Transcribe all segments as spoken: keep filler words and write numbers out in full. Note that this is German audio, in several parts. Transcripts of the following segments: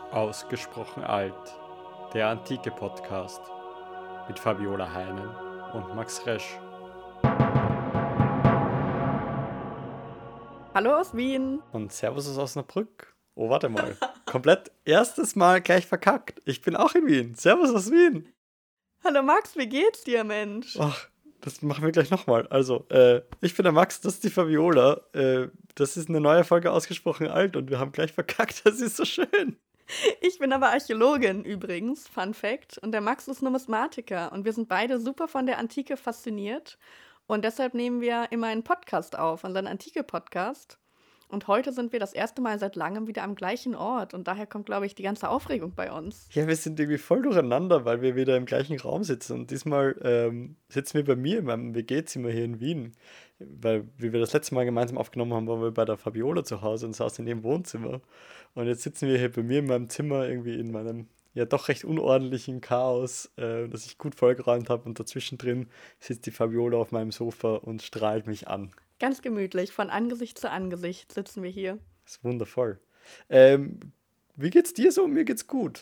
Ausgesprochen alt, der Antike-Podcast mit Fabiola Heinen und Max Resch. Hallo aus Wien. Und Servus aus Osnabrück. Oh, warte mal. Komplett erstes Mal gleich verkackt. Ich bin auch in Wien. Servus aus Wien. Hallo Max, wie geht's dir, Mensch? Ach, das machen wir gleich nochmal. Also, äh, ich bin der Max, das ist die Fabiola. Äh, das ist eine neue Folge Ausgesprochen alt und wir haben gleich verkackt. Das ist so schön. Ich bin aber Archäologin übrigens, Fun Fact. Und der Max ist Numismatiker. Und wir sind beide super von der Antike fasziniert. Und deshalb nehmen wir immer einen Podcast auf, unseren Antike-Podcast. Und heute sind wir das erste Mal seit langem wieder am gleichen Ort. Und daher kommt, glaube ich, die ganze Aufregung bei uns. Ja, wir sind irgendwie voll durcheinander, weil wir wieder im gleichen Raum sitzen. Und diesmal ähm, sitzen wir bei mir in meinem W G-Zimmer hier in Wien. Weil, wie wir das letzte Mal gemeinsam aufgenommen haben, waren wir bei der Fabiola zu Hause und saßen in ihrem Wohnzimmer. Und jetzt sitzen wir hier bei mir in meinem Zimmer, irgendwie in meinem ja doch recht unordentlichen Chaos, äh, das ich gut vollgeräumt habe. Und dazwischen drin sitzt die Fabiola auf meinem Sofa und strahlt mich an. Ganz gemütlich, von Angesicht zu Angesicht sitzen wir hier. Das ist wundervoll. Ähm, wie geht's dir so? Mir geht's gut.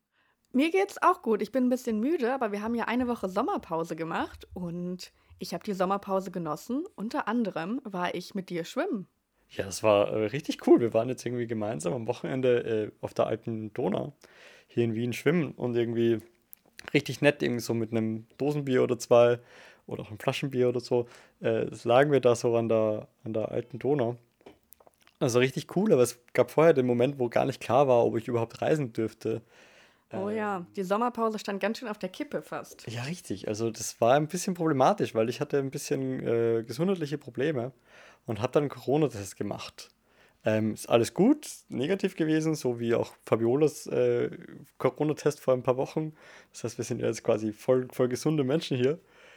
Mir geht's auch gut. Ich bin ein bisschen müde, aber wir haben ja eine Woche Sommerpause gemacht und ich habe die Sommerpause genossen. Unter anderem war ich mit dir schwimmen. Ja, das war äh, richtig cool. Wir waren jetzt irgendwie gemeinsam am Wochenende äh, auf der alten Donau hier in Wien schwimmen und irgendwie richtig nett, irgendwie so mit einem Dosenbier oder zwei oder auch einem Flaschenbier oder so. Äh, das lagen wir da so an der, an der alten Donau. Also richtig cool, aber es gab vorher den Moment, wo gar nicht klar war, ob ich überhaupt reisen dürfte. Oh ja, die Sommerpause stand ganz schön auf der Kippe fast. Ja, richtig. Also das war ein bisschen problematisch, weil ich hatte ein bisschen äh, gesundheitliche Probleme und habe dann einen Corona-Test gemacht. Ähm, ist alles gut, negativ gewesen, so wie auch Fabiolas äh, Corona-Test vor ein paar Wochen. Das heißt, wir sind ja jetzt quasi voll, voll gesunde Menschen hier.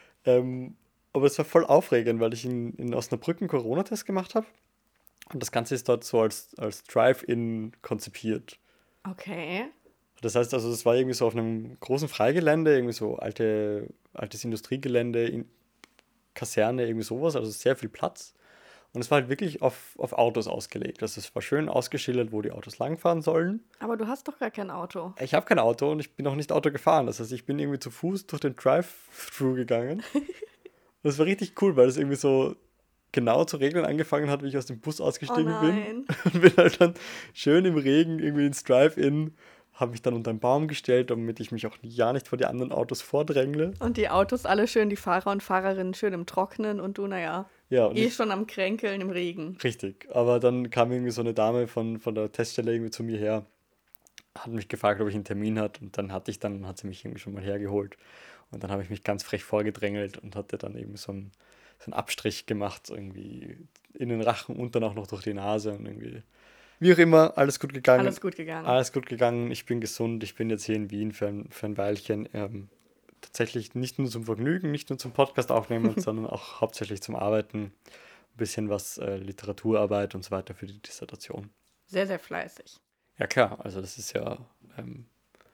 Ähm, aber es war voll aufregend, weil ich in, in Osnabrück einen Corona-Test gemacht habe. Und das Ganze ist dort so als, als Drive-In konzipiert. Okay. Das heißt also, es war irgendwie so auf einem großen Freigelände, irgendwie so alte, altes Industriegelände, in Kaserne, irgendwie sowas, also sehr viel Platz. Und es war halt wirklich auf, auf Autos ausgelegt. Also es war schön ausgeschildert, wo die Autos langfahren sollen. Aber du hast doch gar kein Auto. Ich habe kein Auto und ich bin auch nicht Auto gefahren. Das heißt, ich bin irgendwie zu Fuß durch den Drive-Thru gegangen. Und das war richtig cool, weil es irgendwie so genau zu regeln angefangen hat, wie ich aus dem Bus Oh ausgestiegen bin. nein. Und bin halt dann schön im Regen irgendwie ins Drive-In, habe mich dann unter einen Baum gestellt, damit ich mich auch ja nicht vor die anderen Autos vordrängle. Und die Autos alle schön, die Fahrer und Fahrerinnen schön im Trocknen und du, naja, Ja, und eh ich, schon am Kränkeln im Regen. richtig. Aber dann kam irgendwie so eine Dame von, von der Teststelle irgendwie zu mir her, hat mich gefragt, ob ich einen Termin hatte und dann hatte ich dann, hat sie mich irgendwie schon mal hergeholt. Und dann habe ich mich ganz frech vorgedrängelt und hatte dann eben so einen, so einen Abstrich gemacht, so irgendwie in den Rachen und dann auch noch durch die Nase und irgendwie. Wie auch immer, alles gut gegangen. Alles gut gegangen. Alles gut gegangen, ich bin gesund, ich bin jetzt hier in Wien für ein, für ein Weilchen. Ähm, tatsächlich nicht nur zum Vergnügen, nicht nur zum Podcast aufnehmen, sondern auch hauptsächlich zum Arbeiten. Ein bisschen was äh, Literaturarbeit und so weiter für die Dissertation. Sehr, sehr fleißig. Ja klar, also das ist ja ähm,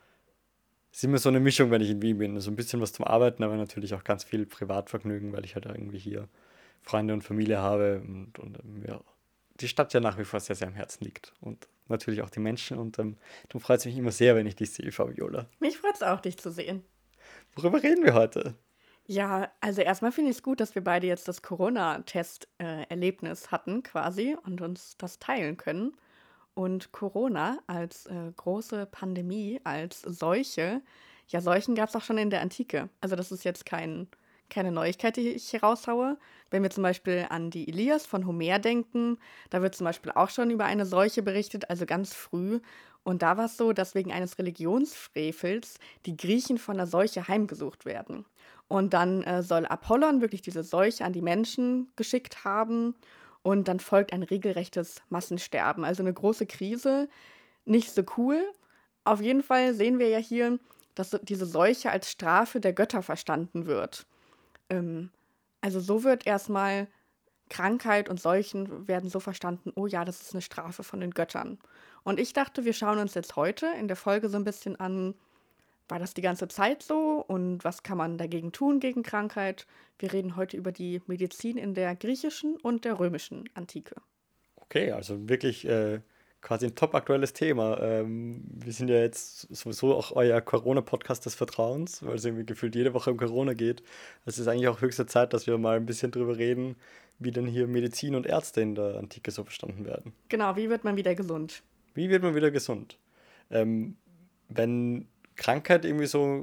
ist immer so eine Mischung, wenn ich in Wien bin. So ein bisschen was zum Arbeiten, aber natürlich auch ganz viel Privatvergnügen, weil ich halt irgendwie hier Freunde und Familie habe und, und ähm, ja, die Stadt ja nach wie vor sehr, sehr am Herzen liegt. Und natürlich auch die Menschen. Und ähm, darum freut es mich immer sehr, wenn ich dich sehe, Fabiola. Mich freut's auch, dich zu sehen. Worüber reden wir heute? Ja, also erstmal finde ich es gut, dass wir beide jetzt das Corona-Test-Erlebnis hatten quasi und uns das teilen können. Und Corona als äh, große Pandemie, als Seuche, ja, Seuchen gab es auch schon in der Antike. Also das ist jetzt kein, keine Neuigkeit, die ich hier raushaue. Wenn wir zum Beispiel an die Ilias von Homer denken, da wird zum Beispiel auch schon über eine Seuche berichtet, also ganz früh. Und da war es so, dass wegen eines Religionsfrevels die Griechen von der Seuche heimgesucht werden. Und dann äh, soll Apollon wirklich diese Seuche an die Menschen geschickt haben. Und dann folgt ein regelrechtes Massensterben. Also eine große Krise. Nicht so cool. Auf jeden Fall sehen wir ja hier, dass so diese Seuche als Strafe der Götter verstanden wird. Ähm, also so wird erstmal Krankheit und Seuchen werden so verstanden, oh ja, das ist eine Strafe von den Göttern. Und ich dachte, wir schauen uns jetzt heute in der Folge so ein bisschen an, war das die ganze Zeit so und was kann man dagegen tun gegen Krankheit? Wir reden heute über die Medizin in der griechischen und der römischen Antike. Okay, also wirklich äh, quasi ein top aktuelles Thema. Ähm, wir sind ja jetzt sowieso auch euer Corona-Podcast des Vertrauens, weil es irgendwie gefühlt jede Woche um Corona geht. Es ist eigentlich auch höchste Zeit, dass wir mal ein bisschen drüber reden, wie denn hier Medizin und Ärzte in der Antike so verstanden werden. Genau, wie wird man wieder gesund? Wie wird man wieder gesund? Ähm, wenn Krankheit irgendwie so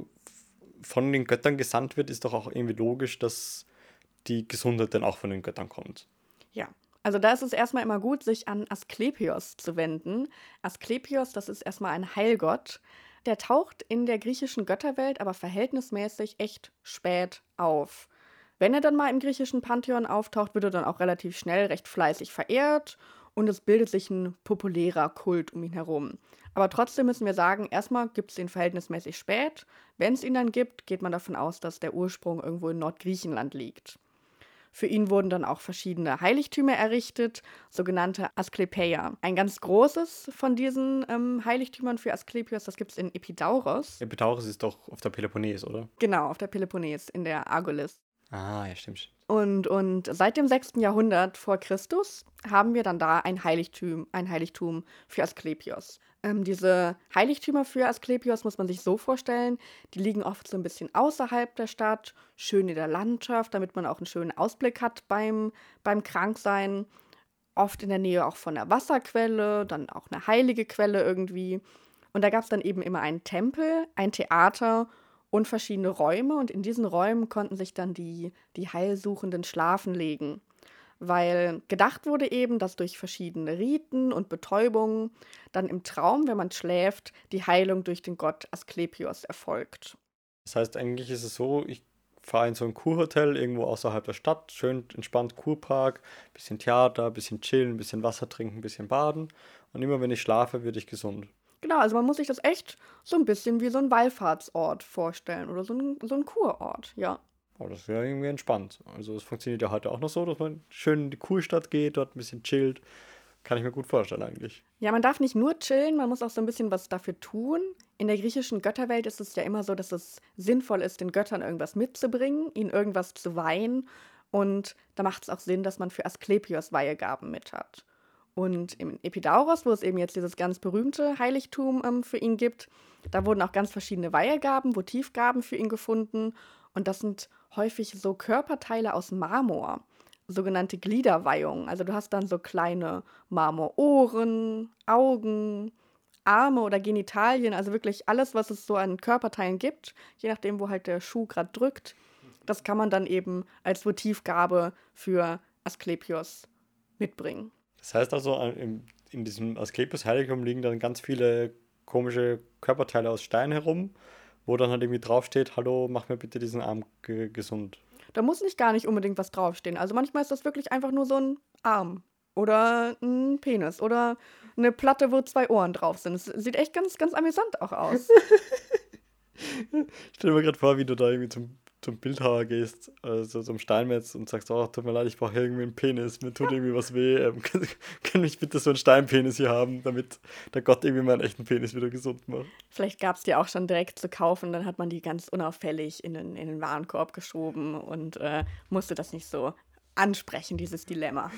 von den Göttern gesandt wird, ist doch auch irgendwie logisch, dass die Gesundheit dann auch von den Göttern kommt. Ja, also da ist es erstmal immer gut, sich an Asklepios zu wenden. Asklepios, das ist erstmal ein Heilgott. Der taucht in der griechischen Götterwelt aber verhältnismäßig echt spät auf. Wenn er dann mal im griechischen Pantheon auftaucht, wird er dann auch relativ schnell recht fleißig verehrt und es bildet sich ein populärer Kult um ihn herum. Aber trotzdem müssen wir sagen, erstmal gibt es ihn verhältnismäßig spät. Wenn es ihn dann gibt, geht man davon aus, dass der Ursprung irgendwo in Nordgriechenland liegt. Für ihn wurden dann auch verschiedene Heiligtümer errichtet, sogenannte Asklepeia. Ein ganz großes von diesen ähm, Heiligtümern für Asklepios, das gibt es in Epidauros. Epidauros ist doch auf der Peloponnes, oder? Genau, auf der Peloponnes, in der Argolis. Ah, ja, stimmt. Und, und seit dem sechsten Jahrhundert vor Christus haben wir dann da ein Heiligtum, ein Heiligtum für Asklepios. Ähm, diese Heiligtümer für Asklepios muss man sich so vorstellen, die liegen oft so ein bisschen außerhalb der Stadt, schön in der Landschaft, damit man auch einen schönen Ausblick hat beim, beim Kranksein. Oft in der Nähe auch von einer Wasserquelle, dann auch eine heilige Quelle irgendwie. Und da gab es dann eben immer einen Tempel, ein Theater und verschiedene Räume. Und in diesen Räumen konnten sich dann die, die Heilsuchenden schlafen legen. Weil gedacht wurde eben, dass durch verschiedene Riten und Betäubungen dann im Traum, wenn man schläft, die Heilung durch den Gott Asklepios erfolgt. Das heißt, eigentlich ist es so, ich fahre in so ein Kurhotel irgendwo außerhalb der Stadt, schön entspannt Kurpark, bisschen Theater, bisschen chillen, bisschen Wasser trinken, bisschen baden. Und immer wenn ich schlafe, werde ich gesund. Genau, also man muss sich das echt so ein bisschen wie so ein Wallfahrtsort vorstellen oder so ein, so ein Kurort, ja. Aber das ist ja irgendwie entspannt. Also es funktioniert ja heute auch noch so, dass man schön in die Kurstadt geht, dort ein bisschen chillt. Kann ich mir gut vorstellen eigentlich. Ja, man darf nicht nur chillen, man muss auch so ein bisschen was dafür tun. In der griechischen Götterwelt ist es ja immer so, dass es sinnvoll ist, den Göttern irgendwas mitzubringen, ihnen irgendwas zu weihen. Und da macht es auch Sinn, dass man für Asklepios Weihegaben mit hat. Und im Epidauros, wo es eben jetzt dieses ganz berühmte Heiligtum ähm, für ihn gibt, da wurden auch ganz verschiedene Weihegaben, Votivgaben für ihn gefunden. Und das sind häufig so Körperteile aus Marmor, sogenannte Gliederweihungen. Also du hast dann so kleine Marmorohren, Augen, Arme oder Genitalien, also wirklich alles, was es so an Körperteilen gibt, je nachdem, wo halt der Schuh gerade drückt. Das kann man dann eben als Votivgabe für Asklepios mitbringen. Das heißt also, in, in diesem Asklepios Heiligtum liegen dann ganz viele komische Körperteile aus Stein herum, wo dann halt irgendwie draufsteht, hallo, mach mir bitte diesen Arm ge- gesund. Da muss nicht gar nicht unbedingt was draufstehen. Also manchmal ist das wirklich einfach nur so ein Arm oder ein Penis oder eine Platte, wo zwei Ohren drauf sind. Es sieht echt ganz, ganz amüsant auch aus. Ich stell mir gerade vor, wie du da irgendwie zum, zum Bildhauer gehst, also zum Steinmetz und sagst, oh, tut mir leid, ich brauche irgendwie einen Penis, mir tut irgendwie was weh, ähm, kann, kann ich bitte so einen Steinpenis hier haben, damit der Gott irgendwie meinen echten Penis wieder gesund macht. Vielleicht gab es die auch schon direkt zu kaufen, dann hat man die ganz unauffällig in den, in den Warenkorb geschoben und äh, musste das nicht so ansprechen, dieses Dilemma.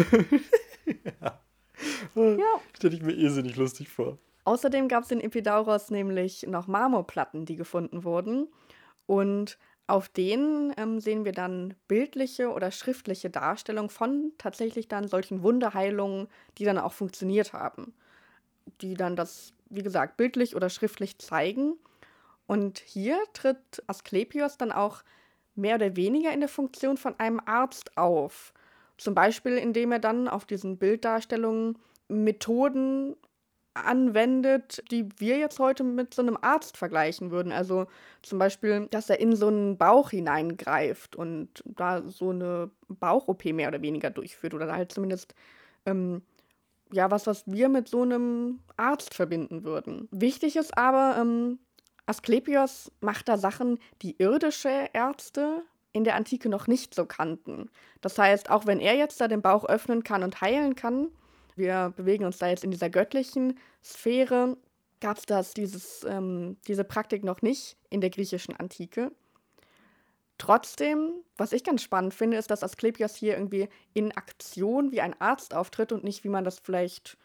Ja. Ja. Stell ich mir irrsinnig lustig vor. Außerdem gab es in Epidauros nämlich noch Marmorplatten, die gefunden wurden. Und auf denen ähm, sehen wir dann bildliche oder schriftliche Darstellungen von tatsächlich dann solchen Wunderheilungen, die dann auch funktioniert haben. Die dann das, wie gesagt, bildlich oder schriftlich zeigen. Und hier tritt Asklepios dann auch mehr oder weniger in der Funktion von einem Arzt auf. Zum Beispiel, indem er dann auf diesen Bilddarstellungen Methoden anwendet, die wir jetzt heute mit so einem Arzt vergleichen würden. Also zum Beispiel, dass er in so einen Bauch hineingreift und da so eine Bauch-O P mehr oder weniger durchführt oder halt zumindest ähm, ja was, was wir mit so einem Arzt verbinden würden. Wichtig ist aber, ähm, Asklepios macht da Sachen, die irdische Ärzte in der Antike noch nicht so kannten. Das heißt, auch wenn er jetzt da den Bauch öffnen kann und heilen kann, wir bewegen uns da jetzt in dieser göttlichen Sphäre, gab es das, dieses, ähm, diese Praktik noch nicht in der griechischen Antike. Trotzdem, was ich ganz spannend finde, ist, dass Asklepios hier irgendwie in Aktion wie ein Arzt auftritt und nicht, wie man das vielleicht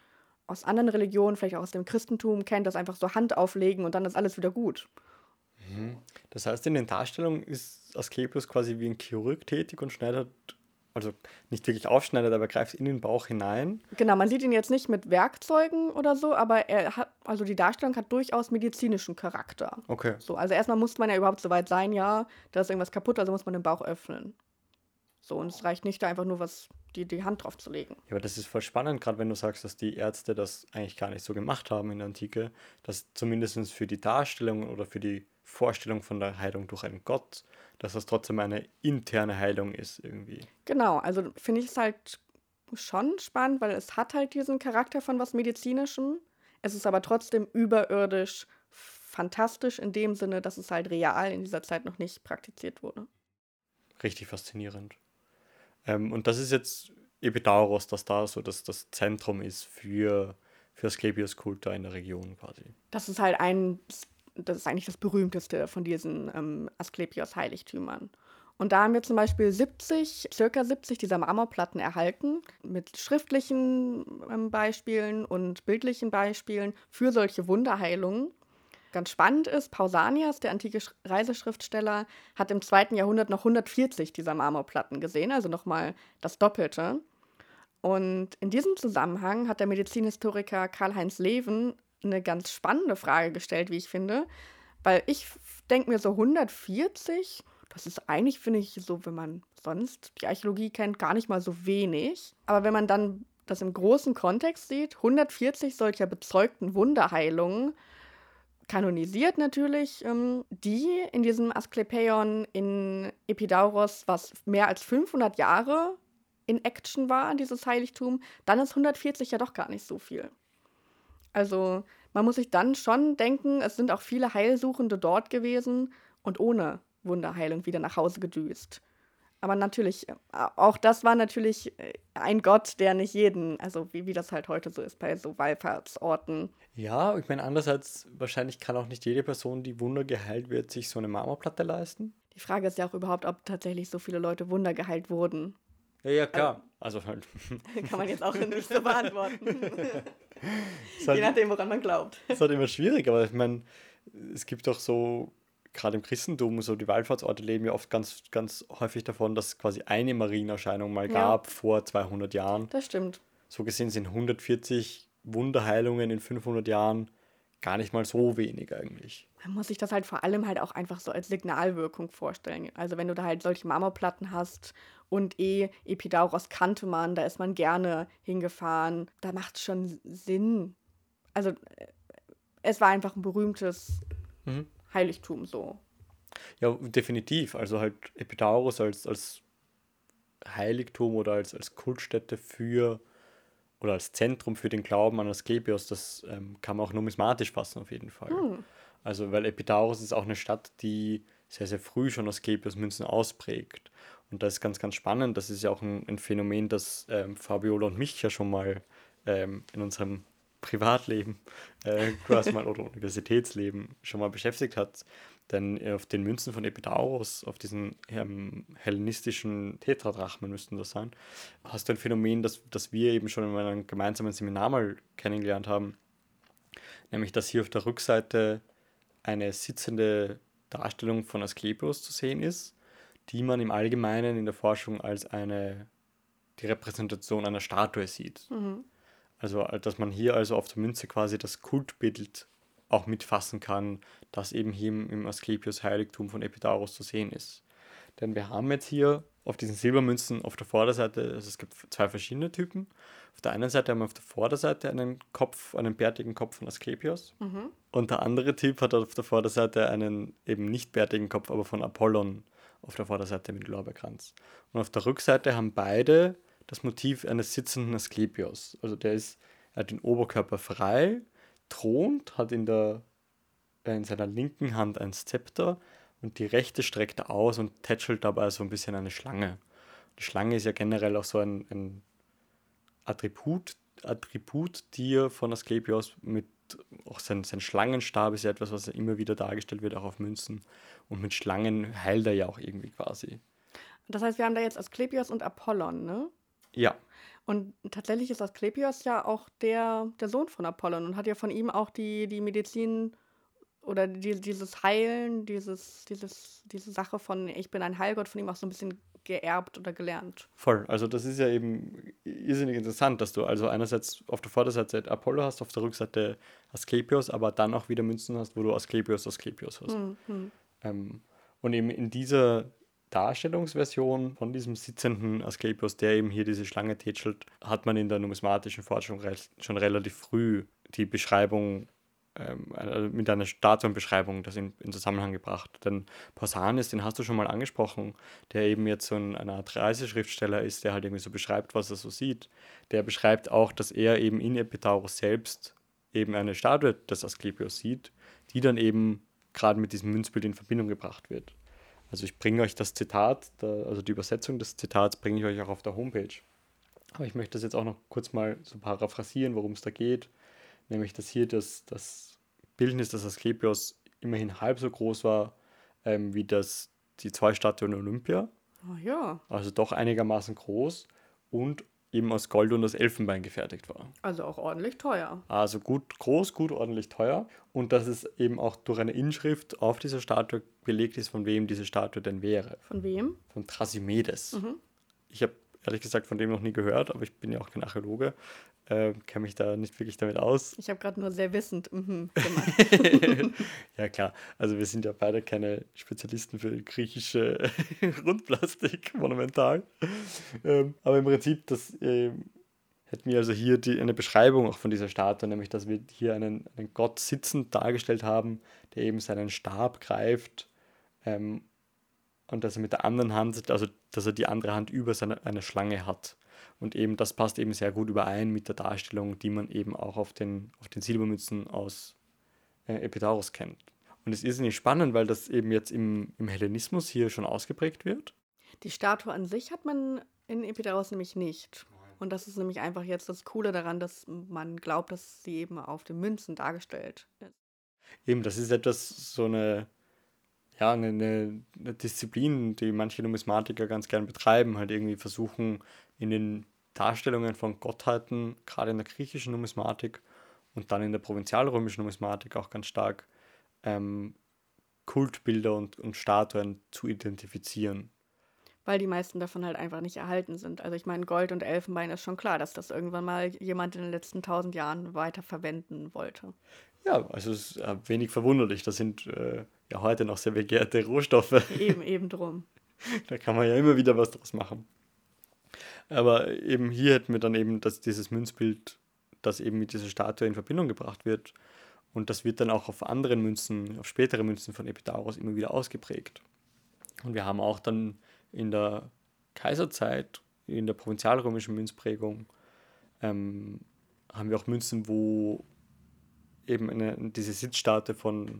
aus anderen Religionen, vielleicht auch aus dem Christentum kennt, das einfach so Hand auflegen und dann ist alles wieder gut. Mhm. Das heißt, in den Darstellungen ist Asklepios quasi wie ein Chirurg tätig und schneidet, also nicht wirklich aufschneidet, aber greift in den Bauch hinein. Genau, man sieht ihn jetzt nicht mit Werkzeugen oder so, aber er hat, also die Darstellung hat durchaus medizinischen Charakter. Okay. So, also erstmal muss man ja überhaupt so weit sein, ja, da ist irgendwas kaputt, also muss man den Bauch öffnen. So, und es reicht nicht, da einfach nur was, die, die Hand drauf zu legen. Ja, aber das ist voll spannend, gerade wenn du sagst, dass die Ärzte das eigentlich gar nicht so gemacht haben in der Antike, dass zumindest für die Darstellung oder für die Vorstellung von der Heilung durch einen Gott, dass das trotzdem eine interne Heilung ist irgendwie. Genau, also finde ich es halt schon spannend, weil es hat halt diesen Charakter von was Medizinischem. Es ist aber trotzdem überirdisch fantastisch in dem Sinne, dass es halt real in dieser Zeit noch nicht praktiziert wurde. Richtig faszinierend. Ähm, und das ist jetzt Epidauros, dass da so das, das Zentrum ist für, für Asklepios-Kult da in der Region quasi. Das ist halt ein, das ist eigentlich das berühmteste von diesen ähm, Asklepios-Heiligtümern. Und da haben wir zum Beispiel siebzig, circa siebzig dieser Marmorplatten erhalten, mit schriftlichen ähm, Beispielen und bildlichen Beispielen für solche Wunderheilungen. Ganz spannend ist, Pausanias, der antike Sch- Reiseschriftsteller, hat im zweiten Jahrhundert noch hundertvierzig dieser Marmorplatten gesehen, also nochmal das Doppelte. Und in diesem Zusammenhang hat der Medizinhistoriker Karl-Heinz Leven eine ganz spannende Frage gestellt, wie ich finde, weil ich denke mir so hundertvierzig, das ist eigentlich, finde ich, so, wenn man sonst die Archäologie kennt, gar nicht mal so wenig. Aber wenn man dann das im großen Kontext sieht, hundertvierzig solcher bezeugten Wunderheilungen, kanonisiert natürlich, ähm, die in diesem Asklepeion in Epidauros, was mehr als fünfhundert Jahre in Action war, dieses Heiligtum, dann ist hundertvierzig ja doch gar nicht so viel. Also man muss sich dann schon denken, es sind auch viele Heilsuchende dort gewesen und ohne Wunderheilung wieder nach Hause gedüst. Aber natürlich, äh, auch das war natürlich äh, ein Gott, der nicht jeden, also wie, wie das halt heute so ist bei so Wallfahrtsorten. Ja, ich meine, andererseits, wahrscheinlich kann auch nicht jede Person, die Wunder geheilt wird, sich so eine Marmorplatte leisten. Die Frage ist ja auch überhaupt, ob tatsächlich so viele Leute Wunder geheilt wurden. Ja, ja, klar. Also halt. Kann man jetzt auch nicht so beantworten. Ist halt, Je nachdem, woran man glaubt. ist halt immer schwierig, aber ich meine, es gibt doch so, gerade im Christentum, so die Wallfahrtsorte leben ja oft ganz, ganz häufig davon, dass es quasi eine Marienerscheinung mal Ja. gab vor zweihundert Jahren. Das stimmt. So gesehen sind hundertvierzig Wunderheilungen in fünfhundert Jahren gar nicht mal so wenig eigentlich. Man muss sich das halt vor allem halt auch einfach so als Signalwirkung vorstellen. Also wenn du da halt solche Marmorplatten hast und eh Epidauros kannte man, da ist man gerne hingefahren, da macht es schon Sinn. Also äh, es war einfach ein berühmtes Mhm. Heiligtum so. Ja, definitiv. Also halt Epidauros als, als Heiligtum oder als, als Kultstätte für oder als Zentrum für den Glauben an Asklepios, das ähm, kann man auch numismatisch fassen auf jeden Fall. Hm. Also weil Epidauros ist auch eine Stadt, die sehr, sehr früh schon Asklepios-Münzen ausprägt. Und das ist ganz, ganz spannend. Das ist ja auch ein, ein Phänomen, das ähm, Fabiola und mich ja schon mal ähm, in unserem Privatleben äh, quasi mal oder Universitätsleben schon mal beschäftigt hat. Denn äh, auf den Münzen von Epidauros, auf diesen ähm, hellenistischen Tetradrachmen müssten das sein, hast du ein Phänomen, das, das wir eben schon in einem gemeinsamen Seminar mal kennengelernt haben. Nämlich, dass hier auf der Rückseite eine sitzende Darstellung von Asklepios zu sehen ist, die man im Allgemeinen in der Forschung als eine, die Repräsentation einer Statue sieht. Mhm. Also, dass man hier also auf der Münze quasi das Kultbild auch mitfassen kann, das eben hier im, im Asklepios Heiligtum von Epidauros zu sehen ist. Denn wir haben jetzt hier auf diesen Silbermünzen auf der Vorderseite, also es gibt zwei verschiedene Typen. Auf der einen Seite haben wir auf der Vorderseite einen Kopf, einen bärtigen Kopf von Asklepios. Mhm. Und der andere Typ hat auf der Vorderseite einen eben nicht bärtigen Kopf, aber von Apollon auf der Vorderseite mit Lorbeerkranz. Und auf der Rückseite haben beide das Motiv eines sitzenden Asklepios. Also der ist, er hat den Oberkörper frei, thront, hat in, der, in seiner linken Hand ein Zepter und die rechte streckt er aus und tätschelt dabei so ein bisschen eine Schlange. Die Schlange ist ja generell auch so ein, ein Attribut, Attributtier von Asklepios mit auch sein, sein Schlangenstab ist ja etwas, was immer wieder dargestellt wird, auch auf Münzen. Und mit Schlangen heilt er ja auch irgendwie quasi. Das heißt, wir haben da jetzt Asklepios und Apollon, ne? Ja, Und tatsächlich ist Asklepios ja auch der, der Sohn von Apollon und hat ja von ihm auch die, die Medizin oder die, dieses Heilen, dieses, dieses, diese Sache von ich bin ein Heilgott von ihm auch so ein bisschen geerbt oder gelernt. Voll, also das ist ja eben irrsinnig interessant, dass du also einerseits auf der Vorderseite Apollo hast, auf der Rückseite Asklepios, aber dann auch wieder Münzen hast, wo du Asklepios, Asklepios hast. Hm, hm. Ähm, und eben in dieser Darstellungsversion von diesem sitzenden Asklepios, der eben hier diese Schlange tätschelt, hat man in der numismatischen Forschung re schon relativ früh die Beschreibung ähm, also mit einer Statuenbeschreibung das in, in Zusammenhang gebracht. Denn Pausanias, den hast du schon mal angesprochen, der eben jetzt so ein, eine Art Reiseschriftsteller ist, der halt irgendwie so beschreibt, was er so sieht. Der beschreibt auch, dass er eben in Epidaurus selbst eben eine Statue des Asklepios sieht, die dann eben gerade mit diesem Münzbild in Verbindung gebracht wird. Also ich bringe euch das Zitat, da, also die Übersetzung des Zitats bringe ich euch auch auf der Homepage. Aber ich möchte das jetzt auch noch kurz mal so paraphrasieren, worum es da geht. Nämlich, dass hier das, das Bildnis des Asklepios immerhin halb so groß war ähm, wie das, die zwei Statuen in Olympia. Oh ja, Also doch einigermaßen groß und eben aus Gold und aus Elfenbein gefertigt war. also auch ordentlich teuer. Also gut groß, gut ordentlich teuer. Und dass es eben auch durch eine Inschrift auf dieser Statue belegt ist, von wem diese Statue denn wäre. Von wem? Von Thrasymedes. Mhm. Ich habe ehrlich gesagt von dem noch nie gehört, aber ich bin ja auch kein Archäologe, äh, kenne mich da nicht wirklich damit aus. Ich habe gerade nur sehr wissend mhm, gemacht. Ja klar, also wir sind ja beide keine Spezialisten für griechische Rundplastik, monumental. Ähm, aber im Prinzip, das ähm, hätten wir also hier die, eine Beschreibung auch von dieser Statue, nämlich dass wir hier einen, einen Gott sitzend dargestellt haben, der eben seinen Stab greift ähm, und dass er mit der anderen Hand, also dass er die andere Hand über seine, eine Schlange hat. Und eben das passt eben sehr gut überein mit der Darstellung, die man eben auch auf den, auf den Silbermünzen aus äh, Epidaurus kennt. Und es ist nicht spannend, weil das eben jetzt im, im Hellenismus hier schon ausgeprägt wird. Die Statue an sich hat man in Epidaurus nämlich nicht. Und das ist nämlich einfach jetzt das Coole daran, dass man glaubt, dass sie eben auf den Münzen dargestellt ist. Eben, das ist etwas, so eine, ja, eine, eine, eine Disziplin, die manche Numismatiker ganz gern betreiben, halt irgendwie versuchen, in den Darstellungen von Gottheiten, gerade in der griechischen Numismatik und dann in der provinzialrömischen Numismatik auch ganz stark, ähm, Kultbilder und, und Statuen zu identifizieren. Weil die meisten davon halt einfach nicht erhalten sind. Also ich meine, Gold und Elfenbein ist schon klar, dass das irgendwann mal jemand in den letzten tausend Jahren weiter verwenden wollte. Ja, also es ist äh, wenig verwunderlich. Das sind äh, ja heute noch sehr begehrte Rohstoffe. Eben, eben drum. Da kann man ja immer wieder was draus machen. Aber eben hier hätten wir dann eben das, dieses Münzbild, das eben mit dieser Statue in Verbindung gebracht wird. Und das wird dann auch auf anderen Münzen, auf spätere Münzen von Epidaurus immer wieder ausgeprägt. Und wir haben auch dann in der Kaiserzeit, in der provinzialrömischen Münzprägung, ähm, haben wir auch Münzen, wo eben eine, diese Sitzstatue von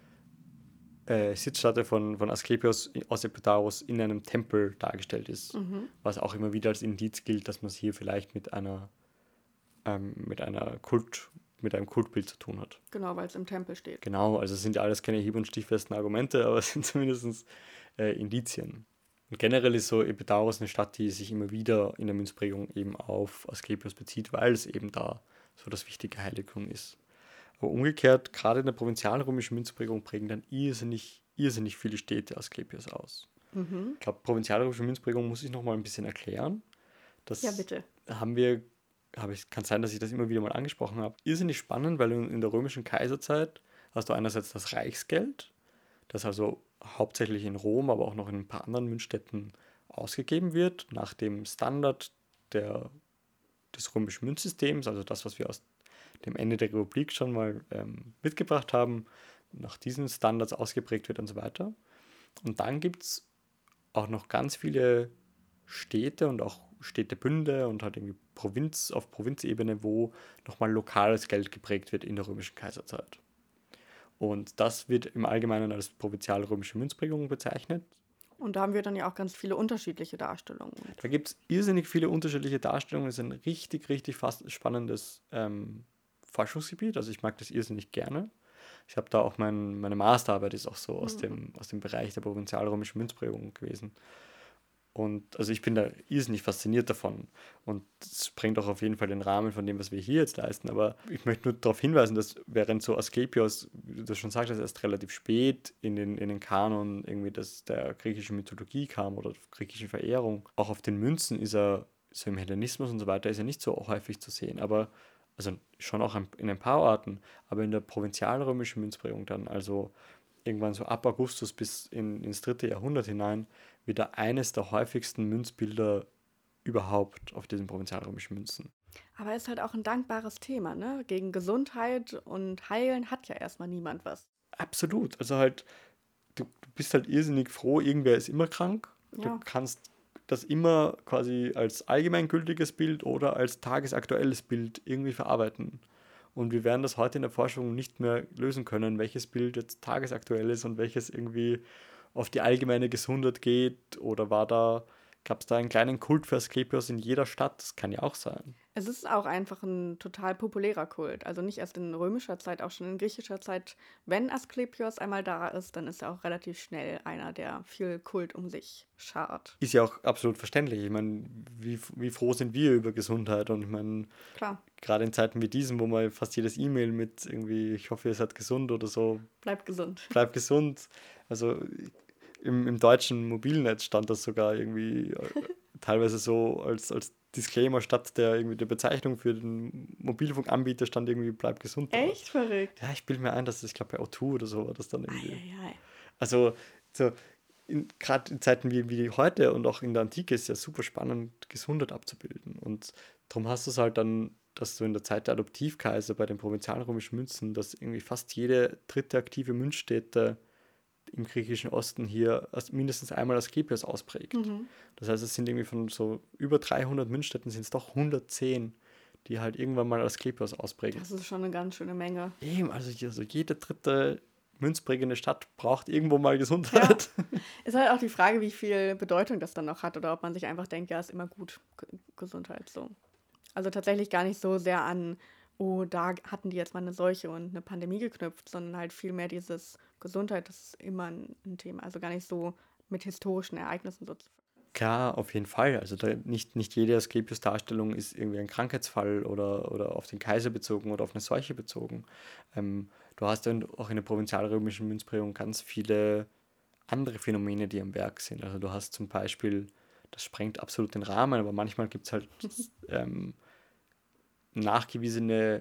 äh, Sitzstatue von, von Asklepios aus Epidaurus in einem Tempel dargestellt ist, Mhm. was auch immer wieder als Indiz gilt, dass man es hier vielleicht mit einer ähm, mit einer Kult, mit einem Kultbild zu tun hat. Genau, weil es im Tempel steht. Genau, also es sind ja alles keine hieb- und stichfesten Argumente, aber es sind zumindest äh, Indizien. Und generell ist so Epidaurus eine Stadt, die sich immer wieder in der Münzprägung eben auf Asklepios bezieht, weil es eben da so das wichtige Heiligtum ist. Aber umgekehrt, gerade in der provinzialrömischen Münzprägung prägen dann irrsinnig, irrsinnig viele Städte Asklepios aus. Mhm. Ich glaube, provinzialrömische Münzprägung muss ich noch mal ein bisschen erklären. Das Ja, bitte. haben wir, habe ich, kann sein, dass ich das immer wieder mal angesprochen habe. Irrsinnig spannend, weil in der römischen Kaiserzeit hast du einerseits das Reichsgeld, das also hauptsächlich in Rom, aber auch noch in ein paar anderen Münzstädten ausgegeben wird, nach dem Standard der, des römischen Münzsystems, also das, was wir aus dem Ende der Republik schon mal ähm, mitgebracht haben, nach diesen Standards ausgeprägt wird und so weiter. Und dann gibt es auch noch ganz viele Städte und auch Städtebünde und halt irgendwie Provinz auf Provinzebene, wo nochmal lokales Geld geprägt wird in der römischen Kaiserzeit. Und das wird im Allgemeinen als provinzialrömische Münzprägung bezeichnet. Und da haben wir dann ja auch ganz viele unterschiedliche Darstellungen. Da gibt es irrsinnig viele unterschiedliche Darstellungen. Es ist ein richtig, richtig fast spannendes ähm, Forschungsgebiet. Also ich mag das irrsinnig gerne. Ich habe da auch mein, meine Masterarbeit ist auch so aus, Mhm. dem, aus dem Bereich der provinzialrömischen Münzprägung gewesen. Und also ich bin da irrsinnig fasziniert davon. Und es sprengt auch auf jeden Fall den Rahmen von dem, was wir hier jetzt leisten. Aber ich möchte nur darauf hinweisen, dass während so Asklepios, wie du schon sagtest, erst relativ spät in den, in den Kanon irgendwie das, der griechischen Mythologie kam oder griechischen Verehrung, auch auf den Münzen ist er, so im Hellenismus und so weiter, ist er nicht so häufig zu sehen. Aber, also schon auch in ein paar Orten, aber in der provinzialrömischen Münzprägung dann, also irgendwann so ab Augustus bis in, ins dritte Jahrhundert hinein, wieder eines der häufigsten Münzbilder überhaupt auf diesen provinzialrömischen Münzen. Aber es ist halt auch ein dankbares Thema, ne? Gegen Gesundheit und Heilen hat ja erstmal niemand was. Absolut. Also halt, du, du bist halt irrsinnig froh, irgendwer ist immer krank. Du Ja. kannst das immer quasi als allgemeingültiges Bild oder als tagesaktuelles Bild irgendwie verarbeiten. Und wir werden das heute in der Forschung nicht mehr lösen können, welches Bild jetzt tagesaktuell ist und welches irgendwie auf die allgemeine Gesundheit geht. Oder war da, gab es da einen kleinen Kult für Asklepios in jeder Stadt? Das kann ja auch sein. Es ist auch einfach ein total populärer Kult. Also nicht erst in römischer Zeit, auch schon in griechischer Zeit. Wenn Asklepios einmal da ist, dann ist er auch relativ schnell einer, der viel Kult um sich schart. Ist ja auch absolut verständlich. Ich meine, wie, wie froh sind wir über Gesundheit? Und ich meine, Klar, gerade in Zeiten wie diesen, wo man fast jedes E-Mail mit irgendwie, ich hoffe, ihr seid gesund oder so, bleibt gesund. bleibt gesund. Also im, im deutschen Mobilnetz stand das sogar irgendwie äh, teilweise so als, als Disclaimer statt der irgendwie der Bezeichnung für den Mobilfunkanbieter stand irgendwie bleib gesund drauf. Echt verrückt. Ja, ich bilde mir ein, dass das, ich glaube bei O zwei oder so war das dann irgendwie. Eieiei. Also so gerade in Zeiten wie, wie heute und auch in der Antike ist ja super spannend, Gesundheit abzubilden. Und darum hast du es halt dann, dass du in der Zeit der Adoptivkaiser bei den provinzialrömischen Münzen, dass irgendwie fast jede dritte aktive Münzstätte im griechischen Osten hier als mindestens einmal Asklepios ausprägt. Mhm. Das heißt, es sind irgendwie von so über dreihundert Münzstätten sind es doch hundertzehn, die halt irgendwann mal Asklepios ausprägen. Das ist schon eine ganz schöne Menge. Eben, also, also jede dritte münzprägende Stadt braucht irgendwo mal Gesundheit. Ja. Ist halt auch die Frage, wie viel Bedeutung das dann noch hat oder ob man sich einfach denkt, ja, ist immer gut, G- Gesundheit so. Also tatsächlich gar nicht so sehr an, oh, da hatten die jetzt mal eine Seuche und eine Pandemie geknüpft, sondern halt vielmehr dieses Gesundheit, das ist immer ein, ein Thema. Also gar nicht so mit historischen Ereignissen so. Klar, auf jeden Fall. Also da nicht, nicht jede Asklepios-Darstellung ist irgendwie ein Krankheitsfall oder, oder auf den Kaiser bezogen oder auf eine Seuche bezogen. Ähm, du hast dann auch in der provinzialrömischen Münzprägung ganz viele andere Phänomene, die am Werk sind. Also du hast zum Beispiel, das sprengt absolut den Rahmen, aber manchmal gibt es halt ähm, nachgewiesene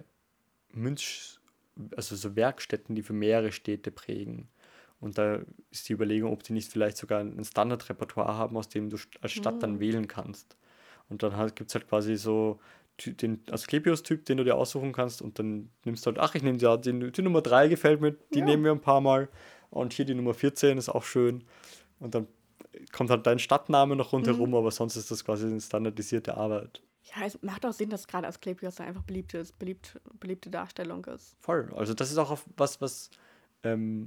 Münz, also so Werkstätten, die für mehrere Städte prägen. Und da ist die Überlegung, ob die nicht vielleicht sogar ein Standardrepertoire haben, aus dem du als Stadt dann Hm. wählen kannst. Und dann halt, gibt es halt quasi so ty- den Asklepios-Typ, den du dir aussuchen kannst und dann nimmst du halt, ach, ich nehme ja, die, die Nummer drei gefällt mir, die Ja. nehmen wir ein paar Mal. Und hier die Nummer vierzehn ist auch schön. Und dann kommt halt dein Stadtname noch rundherum, Mhm. aber sonst ist das quasi eine standardisierte Arbeit. Ja, es macht auch Sinn, dass gerade Asklepios einfach beliebte, beliebt, beliebte Darstellung ist. Voll. Also das ist auch auf was, was, ähm,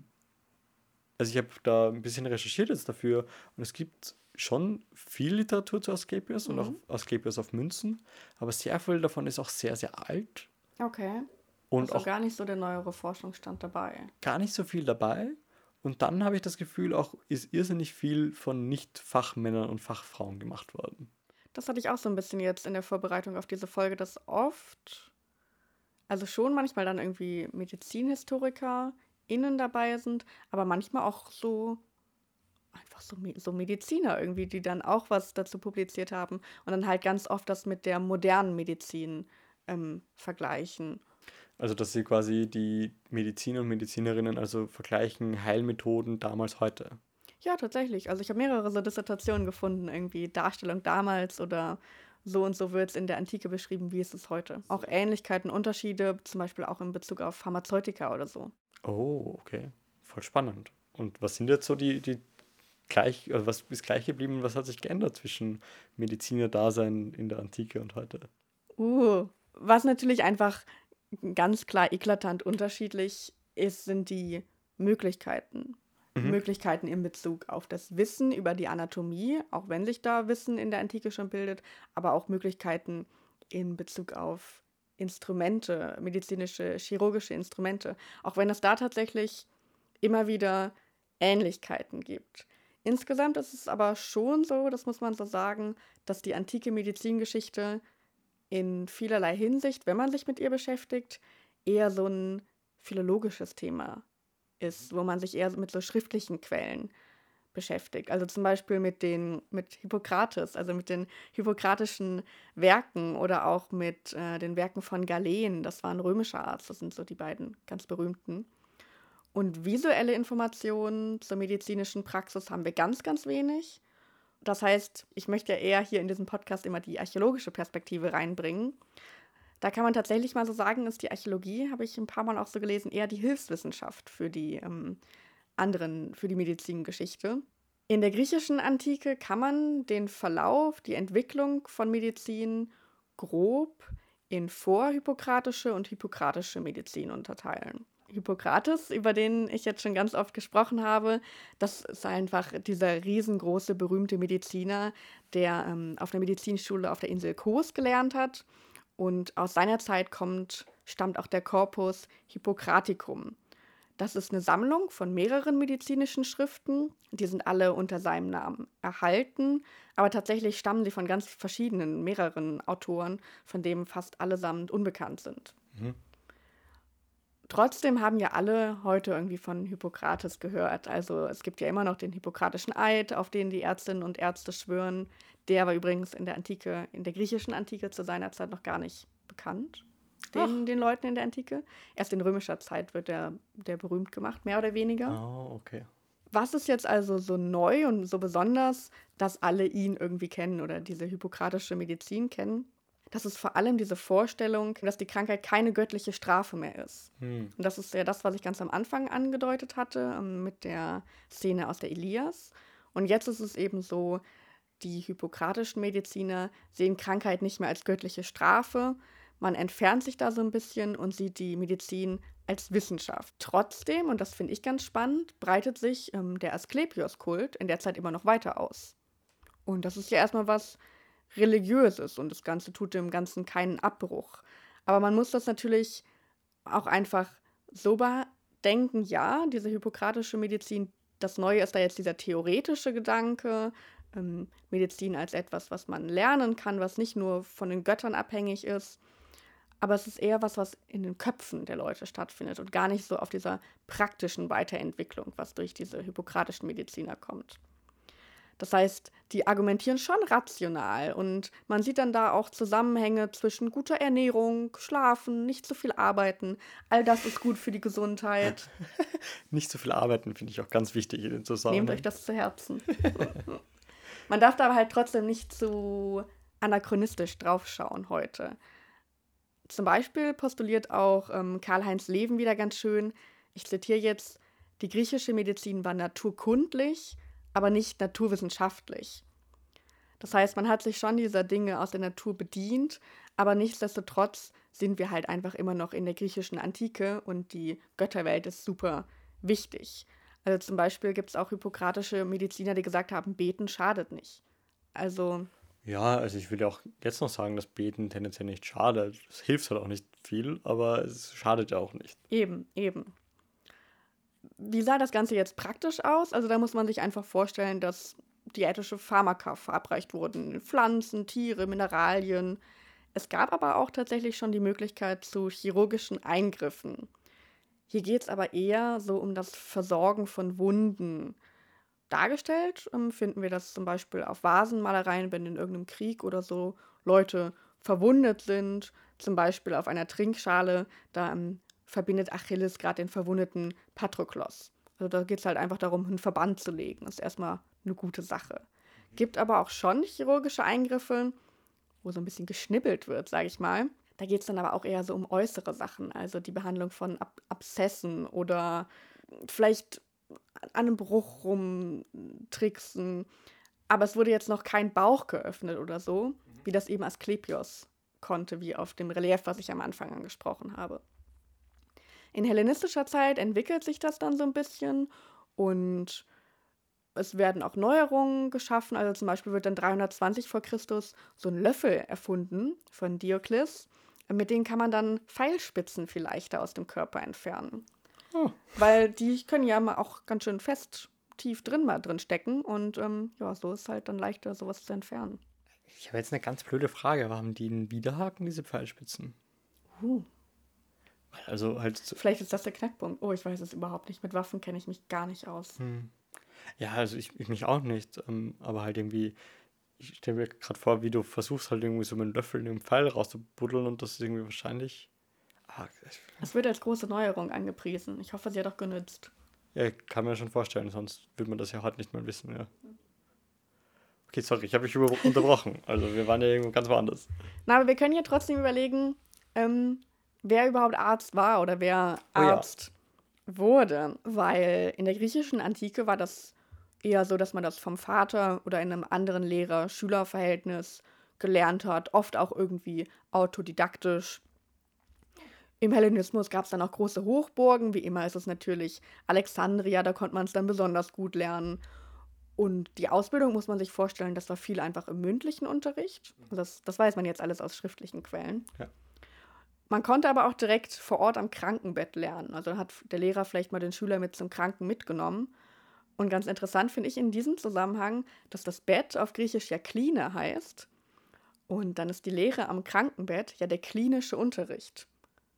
also ich habe da ein bisschen recherchiert jetzt dafür und es gibt schon viel Literatur zu Asklepios und auch Mhm. Asklepios auf Münzen, aber sehr viel davon ist auch sehr, sehr alt Okay. und Also auch gar nicht so der neuere Forschungsstand dabei. gar nicht so viel dabei. Und dann habe ich das Gefühl, auch ist irrsinnig viel von Nicht-Fachmännern und Fachfrauen gemacht worden. Das hatte ich auch so ein bisschen jetzt in der Vorbereitung auf diese Folge, dass oft, also schon manchmal dann irgendwie MedizinhistorikerInnen dabei sind, aber manchmal auch so einfach so, Me- so Mediziner irgendwie, die dann auch was dazu publiziert haben und dann halt ganz oft das mit der modernen Medizin ähm, vergleichen. Also, dass sie quasi die Mediziner und Medizinerinnen also vergleichen Heilmethoden damals heute. Ja, tatsächlich. Also ich habe mehrere so Dissertationen gefunden, irgendwie Darstellung damals oder so und so wird es in der Antike beschrieben, wie ist es heute. Auch Ähnlichkeiten, Unterschiede, zum Beispiel auch in Bezug auf Pharmazeutika oder so. Oh, okay. Voll spannend. Und was sind jetzt so die, die gleich, also was ist gleich geblieben und was hat sich geändert zwischen Mediziner-Dasein in der Antike und heute? Uh, was natürlich einfach ganz klar eklatant unterschiedlich ist, sind die Möglichkeiten. Mhm. Möglichkeiten in Bezug auf das Wissen über die Anatomie, auch wenn sich da Wissen in der Antike schon bildet, aber auch Möglichkeiten in Bezug auf Instrumente, medizinische, chirurgische Instrumente, auch wenn es da tatsächlich immer wieder Ähnlichkeiten gibt. Insgesamt ist es aber schon so, das muss man so sagen, dass die antike Medizingeschichte in vielerlei Hinsicht, wenn man sich mit ihr beschäftigt, eher so ein philologisches Thema ist, wo man sich eher mit so schriftlichen Quellen beschäftigt. Also zum Beispiel mit den, mit Hippokrates, also mit den hippokratischen Werken oder auch mit äh, den Werken von Galen. Das war ein römischer Arzt, das sind so die beiden ganz berühmten. Und visuelle Informationen zur medizinischen Praxis haben wir ganz, ganz wenig. Das heißt, ich möchte ja eher hier in diesem Podcast immer die archäologische Perspektive reinbringen. Da kann man tatsächlich mal so sagen, ist die Archäologie, habe ich ein paar Mal auch so gelesen, eher die Hilfswissenschaft für die ähm, anderen, für die Medizingeschichte. In der griechischen Antike kann man den Verlauf, die Entwicklung von Medizin grob in vorhippokratische und hippokratische Medizin unterteilen. Hippokrates, über den ich jetzt schon ganz oft gesprochen habe, das ist einfach dieser riesengroße, berühmte Mediziner, der ähm, auf einer Medizinschule auf der Insel Kos gelernt hat. Und aus seiner Zeit kommt, stammt auch der Corpus Hippocraticum. Das ist eine Sammlung von mehreren medizinischen Schriften. Die sind alle unter seinem Namen erhalten. Aber tatsächlich stammen sie von ganz verschiedenen, mehreren Autoren, von denen fast allesamt unbekannt sind. Mhm. Trotzdem haben ja alle heute irgendwie von Hippokrates gehört. Also es gibt ja immer noch den Hippokratischen Eid, auf den die Ärztinnen und Ärzte schwören. Der war übrigens in der Antike, in der griechischen Antike zu seiner Zeit noch gar nicht bekannt, den, den Leuten in der Antike. Erst in römischer Zeit wird der, der berühmt gemacht, mehr oder weniger. Oh, okay. Was ist jetzt also so neu und so besonders, dass alle ihn irgendwie kennen oder diese hippokratische Medizin kennen? Das ist vor allem diese Vorstellung, dass die Krankheit keine göttliche Strafe mehr ist. Hm. Und das ist ja das, was ich ganz am Anfang angedeutet hatte, ähm, mit der Szene aus der Ilias. Und jetzt ist es eben so, die hippokratischen Mediziner sehen Krankheit nicht mehr als göttliche Strafe. Man entfernt sich da so ein bisschen und sieht die Medizin als Wissenschaft. Trotzdem, und das finde ich ganz spannend, breitet sich ähm, der Asklepios-Kult in der Zeit immer noch weiter aus. Und das ist ja erstmal was Religiöses und das Ganze tut dem Ganzen keinen Abbruch. Aber man muss das natürlich auch einfach so bedenken, ja, diese hippokratische Medizin, das Neue ist da jetzt dieser theoretische Gedanke, ähm, Medizin als etwas, was man lernen kann, was nicht nur von den Göttern abhängig ist, aber es ist eher was, was in den Köpfen der Leute stattfindet und gar nicht so auf dieser praktischen Weiterentwicklung, was durch diese hippokratischen Mediziner kommt. Das heißt, die argumentieren schon rational und man sieht dann da auch Zusammenhänge zwischen guter Ernährung, Schlafen, nicht zu viel arbeiten. All das ist gut für die Gesundheit. Nicht zu viel arbeiten finde ich auch ganz wichtig in den Zusammenhang. Nehmt euch das zu Herzen. Man darf da halt trotzdem nicht zu anachronistisch draufschauen heute. Zum Beispiel postuliert auch ähm, Karl-Heinz Leven wieder ganz schön, ich zitiere jetzt, die griechische Medizin war naturkundlich, aber nicht naturwissenschaftlich. Das heißt, man hat sich schon dieser Dinge aus der Natur bedient, aber nichtsdestotrotz sind wir halt einfach immer noch in der griechischen Antike und die Götterwelt ist super wichtig. Also zum Beispiel gibt es auch hippokratische Mediziner, die gesagt haben, Beten schadet nicht. Also Ja, also ich würde ja auch jetzt noch sagen, dass Beten tendenziell nicht schadet. Es hilft halt auch nicht viel, aber es schadet ja auch nicht. eben, eben. Wie sah das Ganze jetzt praktisch aus? Also da muss man sich einfach vorstellen, dass diätische Pharmaka verabreicht wurden. Pflanzen, Tiere, Mineralien. Es gab aber auch tatsächlich schon die Möglichkeit zu chirurgischen Eingriffen. Hier geht es aber eher so um das Versorgen von Wunden. Dargestellt ähm, finden wir das zum Beispiel auf Vasenmalereien, wenn in irgendeinem Krieg oder so Leute verwundet sind. Zum Beispiel auf einer Trinkschale, da ähm, verbindet Achilles gerade den verwundeten Patroklos. Also da geht es halt einfach darum, einen Verband zu legen. Das ist erstmal eine gute Sache. Gibt aber auch schon chirurgische Eingriffe, wo so ein bisschen geschnippelt wird, sage ich mal. Da geht es dann aber auch eher so um äußere Sachen, also die Behandlung von Ab- Abszessen oder vielleicht an einem Bruch rumtricksen. Aber es wurde jetzt noch kein Bauch geöffnet oder so, wie das eben Asklepios konnte, wie auf dem Relief, was ich am Anfang angesprochen habe. In hellenistischer Zeit entwickelt sich das dann so ein bisschen und es werden auch Neuerungen geschaffen. Also zum Beispiel wird dann dreihundertzwanzig vor Christus so ein Löffel erfunden von Diokles. Mit denen kann man dann Pfeilspitzen viel leichter aus dem Körper entfernen. Oh. Weil die können ja mal auch ganz schön fest tief drin mal drin stecken und ähm, ja, so ist halt dann leichter, sowas zu entfernen. Ich habe jetzt eine ganz blöde Frage. Haben die einen Widerhaken, diese Pfeilspitzen? Uh, Also halt so, vielleicht ist das der Knackpunkt. Oh, ich weiß es überhaupt nicht. Mit Waffen kenne ich mich gar nicht aus. hm. Ja, also ich, ich mich auch nicht. Ähm, aber halt irgendwie, ich stelle mir gerade vor, wie du versuchst halt irgendwie so mit einem Löffel einen Pfeil rauszubuddeln und das ist irgendwie wahrscheinlich. Ah, ich, Es wird als große Neuerung angepriesen. Ich hoffe, sie hat auch genützt. ja, kann mir schon vorstellen, sonst würde man das ja heute nicht mehr wissen, ja. Okay, sorry, ich habe dich über unterbrochen. Also wir waren ja irgendwo ganz woanders. Na, aber wir können ja trotzdem überlegen, ähm, wer überhaupt Arzt war oder wer Oh ja. Arzt wurde. Weil in der griechischen Antike war das eher so, dass man das vom Vater oder in einem anderen Lehrer-Schüler-Verhältnis gelernt hat. Oft auch irgendwie autodidaktisch. Im Hellenismus gab es dann auch große Hochburgen. Wie immer ist es natürlich Alexandria, da konnte man es dann besonders gut lernen. Und die Ausbildung muss man sich vorstellen, das war viel einfach im mündlichen Unterricht. Das, das weiß man jetzt alles aus schriftlichen Quellen. Ja. Man konnte aber auch direkt vor Ort am Krankenbett lernen. Also hat der Lehrer vielleicht mal den Schüler mit zum Kranken mitgenommen. Und ganz interessant finde ich in diesem Zusammenhang, dass das Bett auf Griechisch ja Kline heißt. Und dann ist die Lehre am Krankenbett ja der klinische Unterricht.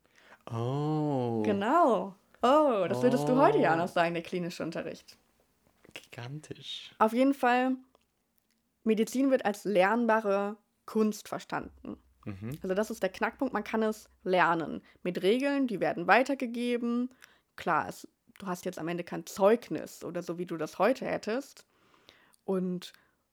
Oh. Genau. Oh, das würdest du heute ja Oh. noch sagen, der klinische Unterricht. Gigantisch. Auf jeden Fall, Medizin wird als lernbare Kunst verstanden. Mhm. Also das ist der Knackpunkt, man kann es lernen. Mit Regeln, die werden weitergegeben. Klar, es, du hast jetzt am Ende kein Zeugnis oder so, wie du das heute hättest. Und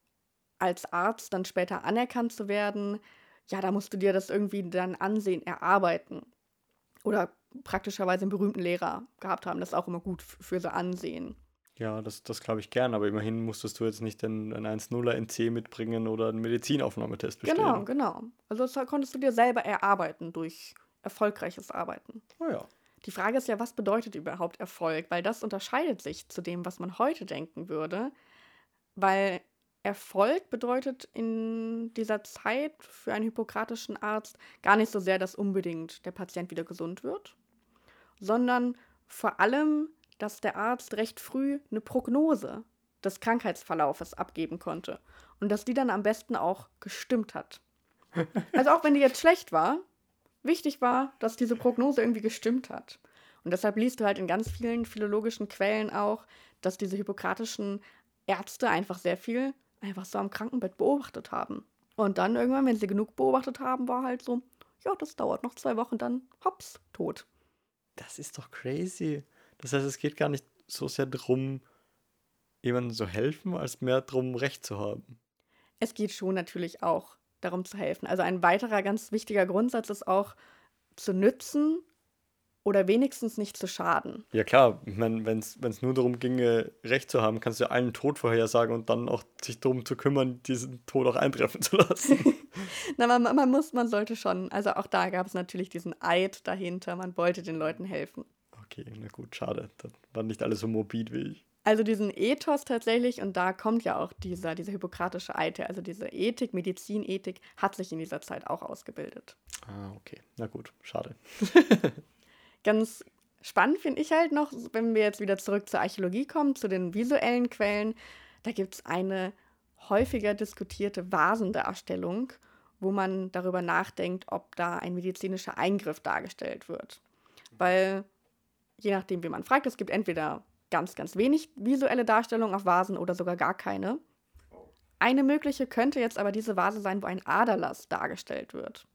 als Arzt dann später anerkannt zu werden, ja, da musst du dir das irgendwie dann Ansehen erarbeiten. Oder praktischerweise einen berühmten Lehrer gehabt haben. Das ist auch immer gut f- für so Ansehen. Ja, das, das glaube ich gern, aber immerhin musstest du jetzt nicht einen, einen eins nuller in C mitbringen oder einen Medizinaufnahmetest bestehen. Genau, genau. Also das konntest du dir selber erarbeiten durch erfolgreiches Arbeiten. Oh ja. Die Frage ist ja, was bedeutet überhaupt Erfolg? Weil das unterscheidet sich zu dem, was man heute denken würde. Weil Erfolg bedeutet in dieser Zeit für einen hippokratischen Arzt gar nicht so sehr, dass unbedingt der Patient wieder gesund wird, sondern vor allem, dass der Arzt recht früh eine Prognose des Krankheitsverlaufes abgeben konnte und dass die dann am besten auch gestimmt hat. Also auch wenn die jetzt schlecht war, wichtig war, dass diese Prognose irgendwie gestimmt hat. Und deshalb liest du halt in ganz vielen philologischen Quellen auch, dass diese hippokratischen Ärzte einfach sehr viel einfach so am Krankenbett beobachtet haben. Und dann irgendwann, wenn sie genug beobachtet haben, war halt so, ja, das dauert noch zwei Wochen, dann hops, tot. Das ist doch crazy. Das heißt, es geht gar nicht so sehr darum, jemandem zu helfen, als mehr darum, Recht zu haben. Es geht schon natürlich auch darum zu helfen. Also ein weiterer ganz wichtiger Grundsatz ist auch zu nützen oder wenigstens nicht zu schaden. Ja klar, ich meine, wenn es nur darum ginge, Recht zu haben, kannst du ja allen Tod vorhersagen und dann auch sich darum zu kümmern, diesen Tod auch eintreffen zu lassen. Na, man, man muss, man sollte schon. Also auch da gab es natürlich diesen Eid dahinter. Man wollte den Leuten helfen. Okay, na gut, schade. Das waren nicht alle so morbid wie ich. Also diesen Ethos tatsächlich, und da kommt ja auch dieser, dieser hippokratische Eid her, also diese Ethik, Medizinethik, hat sich in dieser Zeit auch ausgebildet. Ah, okay. Na gut, schade. Ganz spannend finde ich halt noch, wenn wir jetzt wieder zurück zur Archäologie kommen, zu den visuellen Quellen, da gibt es eine häufiger diskutierte Vasendarstellung, wo man darüber nachdenkt, ob da ein medizinischer Eingriff dargestellt wird. Weil, je nachdem, wie man fragt, es gibt entweder ganz, ganz wenig visuelle Darstellungen auf Vasen oder sogar gar keine. Eine mögliche könnte jetzt aber diese Vase sein, wo ein Aderlass dargestellt wird.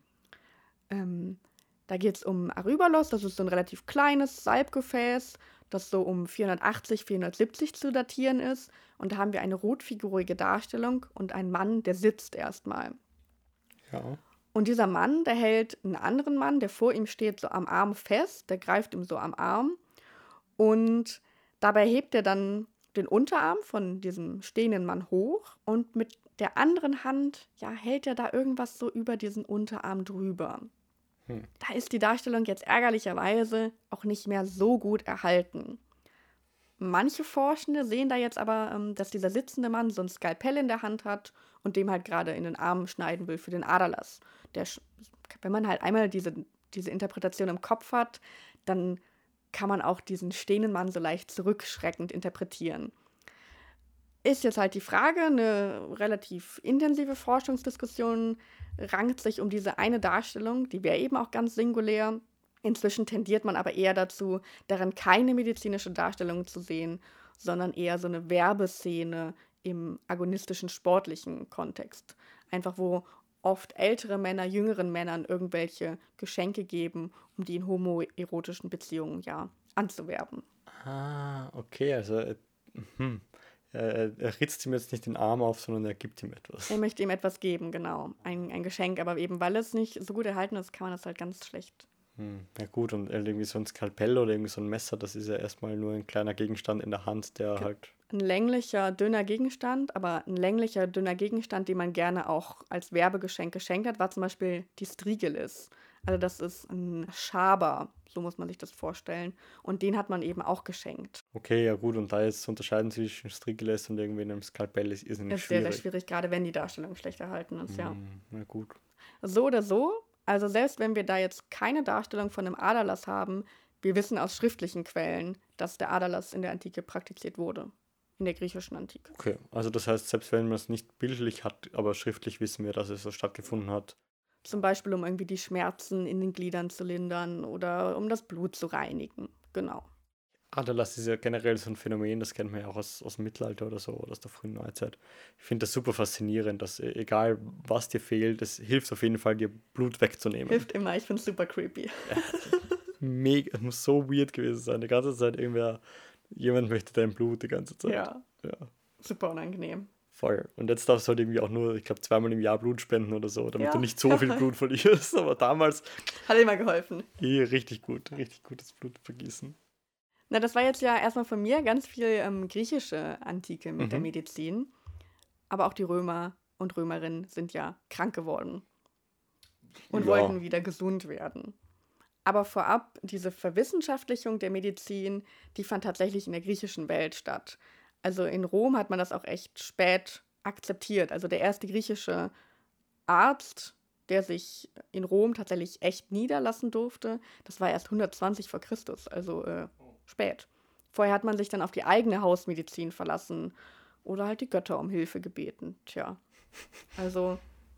Ähm, da geht es um Arybalos, das ist so ein relativ kleines Salbgefäß, das so um vierhundertachtzig, vierhundertsiebzig zu datieren ist. Und da haben wir eine rotfigurige Darstellung und einen Mann, der sitzt erstmal. Ja. Und dieser Mann, der hält einen anderen Mann, der vor ihm steht, so am Arm fest, der greift ihm so am Arm. Und dabei hebt er dann den Unterarm von diesem stehenden Mann hoch und mit der anderen Hand, ja, hält er da irgendwas so über diesen Unterarm drüber. Hm. Da ist die Darstellung jetzt ärgerlicherweise auch nicht mehr so gut erhalten. Manche Forschende sehen da jetzt aber, ähm, dass dieser sitzende Mann so ein Skalpell in der Hand hat und dem halt gerade in den Arm schneiden will für den Aderlass. Der, sch- wenn man halt einmal diese, diese Interpretation im Kopf hat, dann kann man auch diesen stehenden Mann so leicht zurückschreckend interpretieren. Ist jetzt halt die Frage, eine relativ intensive Forschungsdiskussion rankt sich um diese eine Darstellung, die wäre eben auch ganz singulär. Inzwischen tendiert man aber eher dazu, darin keine medizinische Darstellung zu sehen, sondern eher so eine Werbeszene im agonistischen sportlichen Kontext. Einfach wo oft ältere Männer jüngeren Männern irgendwelche Geschenke geben, um die in homoerotischen Beziehungen ja anzuwerben. Ah, okay, also äh, hm. er, er ritzt ihm jetzt nicht den Arm auf, sondern er gibt ihm etwas. Er möchte ihm etwas geben, genau. Ein, ein Geschenk, aber eben weil es nicht so gut erhalten ist, kann man das halt ganz schlecht. Hm. Ja gut, und irgendwie so ein Skalpell oder irgendwie so ein Messer, das ist ja erstmal nur ein kleiner Gegenstand in der Hand, der Ge- halt... Ein länglicher, dünner Gegenstand, aber ein länglicher, dünner Gegenstand, den man gerne auch als Werbegeschenk geschenkt hat, war zum Beispiel die Strigelis. Also das ist ein Schaber, so muss man sich das vorstellen. Und den hat man eben auch geschenkt. Okay, ja gut, und da jetzt zu unterscheiden zwischen Strickles und irgendwie einem Skalpell ist irrsinnig Ist sehr, sehr schwierig. schwierig, gerade wenn die Darstellung schlecht erhalten ist, ja. Hm, na gut. So oder so, also selbst wenn wir da jetzt keine Darstellung von einem Aderlass haben, wir wissen aus schriftlichen Quellen, dass der Aderlass in der Antike praktiziert wurde. In der griechischen Antike. Okay, also das heißt, selbst wenn man es nicht bildlich hat, aber schriftlich wissen wir, dass es so stattgefunden hat. Zum Beispiel, um irgendwie die Schmerzen in den Gliedern zu lindern oder um das Blut zu reinigen. Genau. Aderlass ist ja generell so ein Phänomen, das kennt man ja auch aus, aus dem Mittelalter oder so, oder aus der frühen Neuzeit. Ich finde das super faszinierend, dass äh, egal was dir fehlt, es hilft auf jeden Fall, dir Blut wegzunehmen. Hilft immer, ich finde es super creepy. Mega, es muss so weird gewesen sein. Die ganze Zeit irgendwer, jemand möchte dein Blut die ganze Zeit. Ja, Ja, super unangenehm. voll. Und jetzt darfst du halt irgendwie auch nur, ich glaube, zweimal im Jahr Blut spenden oder so, damit Ja. du nicht so viel Blut verlierst. Aber damals Hat immer geholfen. eh richtig gut, richtig gutes Blut vergießen. Na, das war jetzt ja erstmal von mir ganz viel ähm, griechische Antike mit Mhm. der Medizin. Aber auch die Römer und Römerinnen sind ja krank geworden und Ja. wollten wieder gesund werden. Aber vorab, diese Verwissenschaftlichung der Medizin, die fand tatsächlich in der griechischen Welt statt. Also in Rom hat man das auch echt spät akzeptiert. Also der erste griechische Arzt, der sich in Rom tatsächlich echt niederlassen durfte, das war erst hundertzwanzig vor Christus, also äh, spät. Vorher hat man sich dann auf die eigene Hausmedizin verlassen oder halt die Götter um Hilfe gebeten. Tja, also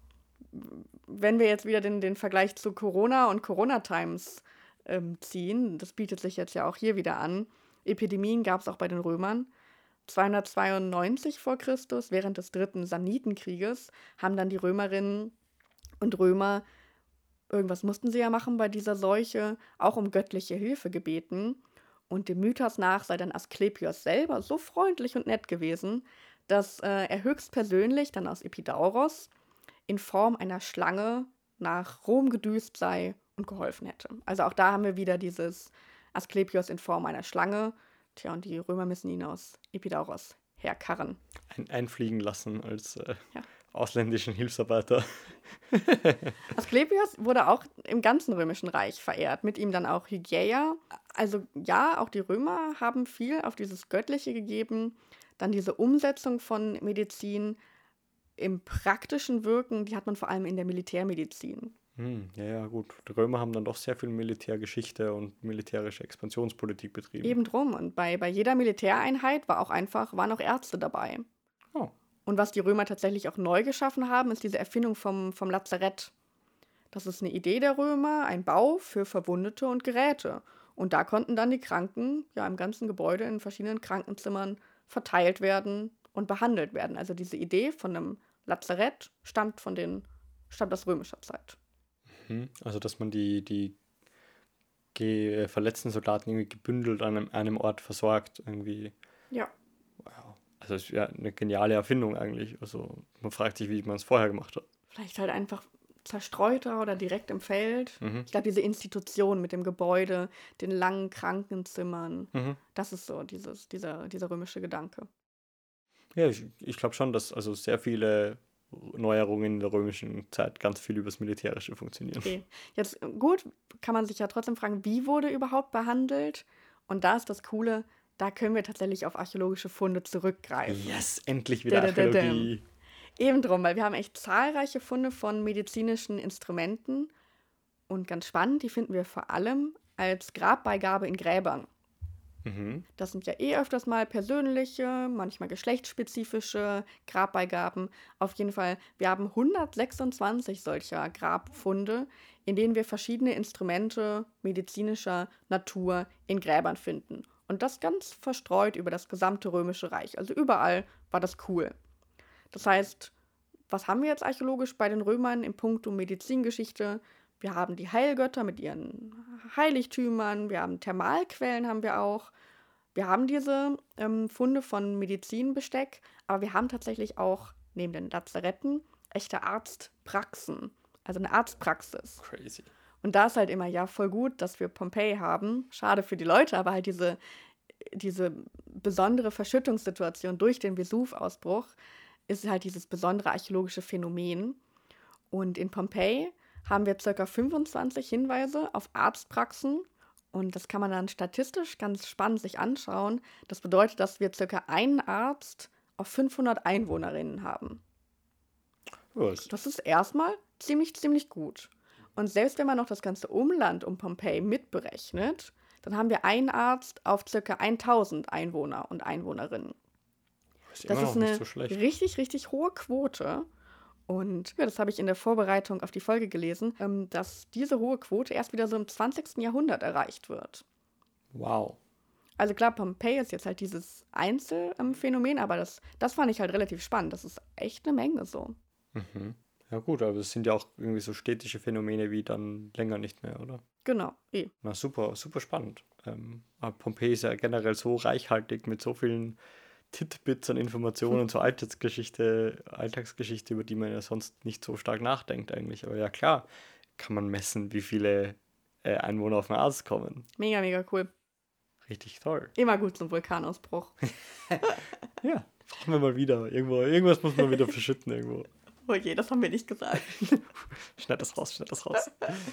wenn wir jetzt wieder den, den Vergleich zu Corona und Corona-Times ähm, ziehen, das bietet sich jetzt ja auch hier wieder an. Epidemien gab es auch bei den Römern. zweihundertzweiundneunzig vor Christus, während des dritten Samnitenkrieges, haben dann die Römerinnen und Römer, irgendwas mussten sie ja machen bei dieser Seuche, auch um göttliche Hilfe gebeten. Und dem Mythos nach sei dann Asklepios selber so freundlich und nett gewesen, dass äh, er höchstpersönlich dann aus Epidauros in Form einer Schlange nach Rom gedüst sei und geholfen hätte. Also auch da haben wir wieder dieses Asklepios in Form einer Schlange. Tja, und die Römer müssen ihn aus Epidauros herkarren. Ein, einfliegen lassen als äh, Ja. ausländischen Hilfsarbeiter. Asklepios wurde auch im ganzen Römischen Reich verehrt, mit ihm dann auch Hygieia. Also ja, auch die Römer haben viel auf dieses Göttliche gegeben. Dann diese Umsetzung von Medizin im praktischen Wirken, die hat man vor allem in der Militärmedizin. Hm, ja, ja, gut. Die Römer haben dann doch sehr viel Militärgeschichte und militärische Expansionspolitik betrieben. Eben drum. Und bei, bei jeder Militäreinheit war auch einfach, waren auch Ärzte dabei. Oh. Und was die Römer tatsächlich auch neu geschaffen haben, ist diese Erfindung vom, vom Lazarett. Das ist eine Idee der Römer, ein Bau für Verwundete und Geräte. Und da konnten dann die Kranken ja im ganzen Gebäude in verschiedenen Krankenzimmern verteilt werden und behandelt werden. Also diese Idee von einem Lazarett stammt von den, stammt aus römischer Zeit. Hm. Also, dass man die, die ge- verletzten Soldaten irgendwie gebündelt an einem, einem Ort versorgt, irgendwie. Ja. Wow. Also, es ist ja eine geniale Erfindung eigentlich. Also, man fragt sich, wie man es vorher gemacht hat. Vielleicht halt einfach zerstreuter oder direkt im Feld. Mhm. Ich glaube, diese Institution mit dem Gebäude, den langen Krankenzimmern, Mhm. das ist so dieses, dieser, dieser römische Gedanke. Ja, ich, ich glaube schon, dass also sehr viele Neuerungen in der römischen Zeit ganz viel übers Militärische funktionieren. Okay. Jetzt gut, kann man sich ja trotzdem fragen, wie wurde überhaupt behandelt? Und da ist das Coole, da können wir tatsächlich auf archäologische Funde zurückgreifen. Yes, endlich wieder Dadadadam. Archäologie. Eben drum, weil wir haben echt zahlreiche Funde von medizinischen Instrumenten. Und ganz spannend, die finden wir vor allem als Grabbeigabe in Gräbern. Mhm. Das sind ja eh öfters mal persönliche, manchmal geschlechtsspezifische Grabbeigaben. Auf jeden Fall, wir haben hundertsechsundzwanzig solcher Grabfunde, in denen wir verschiedene Instrumente medizinischer Natur in Gräbern finden. Und das ganz verstreut über das gesamte Römische Reich. Also überall war das cool. Das heißt, was haben wir jetzt archäologisch bei den Römern im Punkto Medizingeschichte? Wir haben die Heilgötter mit ihren Heiligtümern, wir haben Thermalquellen haben wir auch. Wir haben diese ähm, Funde von Medizinbesteck, aber wir haben tatsächlich auch neben den Lazaretten echte Arztpraxen, also eine Arztpraxis. Crazy. Und da ist halt immer, ja, voll gut, dass wir Pompeji haben. Schade für die Leute, aber halt diese, diese besondere Verschüttungssituation durch den Vesuv-Ausbruch ist halt dieses besondere archäologische Phänomen. Und in Pompeji haben wir ca. fünfundzwanzig Hinweise auf Arztpraxen. Und das kann man dann statistisch ganz spannend sich anschauen. Das bedeutet, dass wir ca. einen Arzt auf fünfhundert Einwohnerinnen haben. Was? Das ist erstmal ziemlich, ziemlich gut. Und selbst wenn man noch das ganze Umland um Pompeji mitberechnet, dann haben wir einen Arzt auf ca. tausend Einwohner und Einwohnerinnen. Ist Das immer ist noch nicht eine so schlecht. richtig, richtig hohe Quote. Und ja, das habe ich in der Vorbereitung auf die Folge gelesen, ähm, dass diese hohe Quote erst wieder so im zwanzigsten Jahrhundert erreicht wird. Wow. Also klar, Pompeji ist jetzt halt dieses Einzelphänomen, aber das, das fand ich halt relativ spannend. Das ist echt eine Menge so. Mhm. Ja gut, aber es sind ja auch irgendwie so städtische Phänomene wie dann länger nicht mehr, oder? Genau, eh. Na super, super spannend. Ähm, aber Pompeji ist ja generell so reichhaltig mit so vielen Titbits an Informationen zur Alltagsgeschichte, Alltagsgeschichte, über die man ja sonst nicht so stark nachdenkt eigentlich. Aber ja klar, kann man messen, wie viele äh, Einwohner auf den Arzt kommen. Mega, mega cool. Richtig toll. Immer gut zum Vulkanausbruch. Ja, brauchen wir mal wieder. Irgendwo, irgendwas muss man wieder verschütten irgendwo. Oh je, das haben wir nicht gesagt. Schneid das raus, schneid das raus.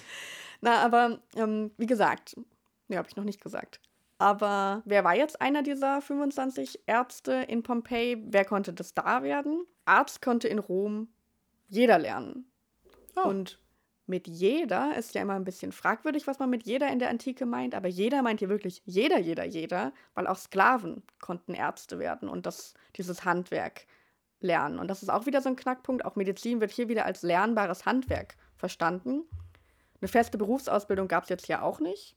Na, aber ähm, wie gesagt, ne, habe ich noch nicht gesagt. Aber wer war jetzt einer dieser fünfundzwanzig Ärzte in Pompeji? Wer konnte das da werden? Arzt konnte in Rom jeder lernen. Oh. Und mit jeder ist ja immer ein bisschen fragwürdig, was man mit jeder in der Antike meint. Aber jeder meint hier wirklich jeder, jeder, jeder. Weil auch Sklaven konnten Ärzte werden und das, dieses Handwerk lernen. Und das ist auch wieder so ein Knackpunkt. Auch Medizin wird hier wieder als lernbares Handwerk verstanden. Eine feste Berufsausbildung gab es jetzt ja auch nicht.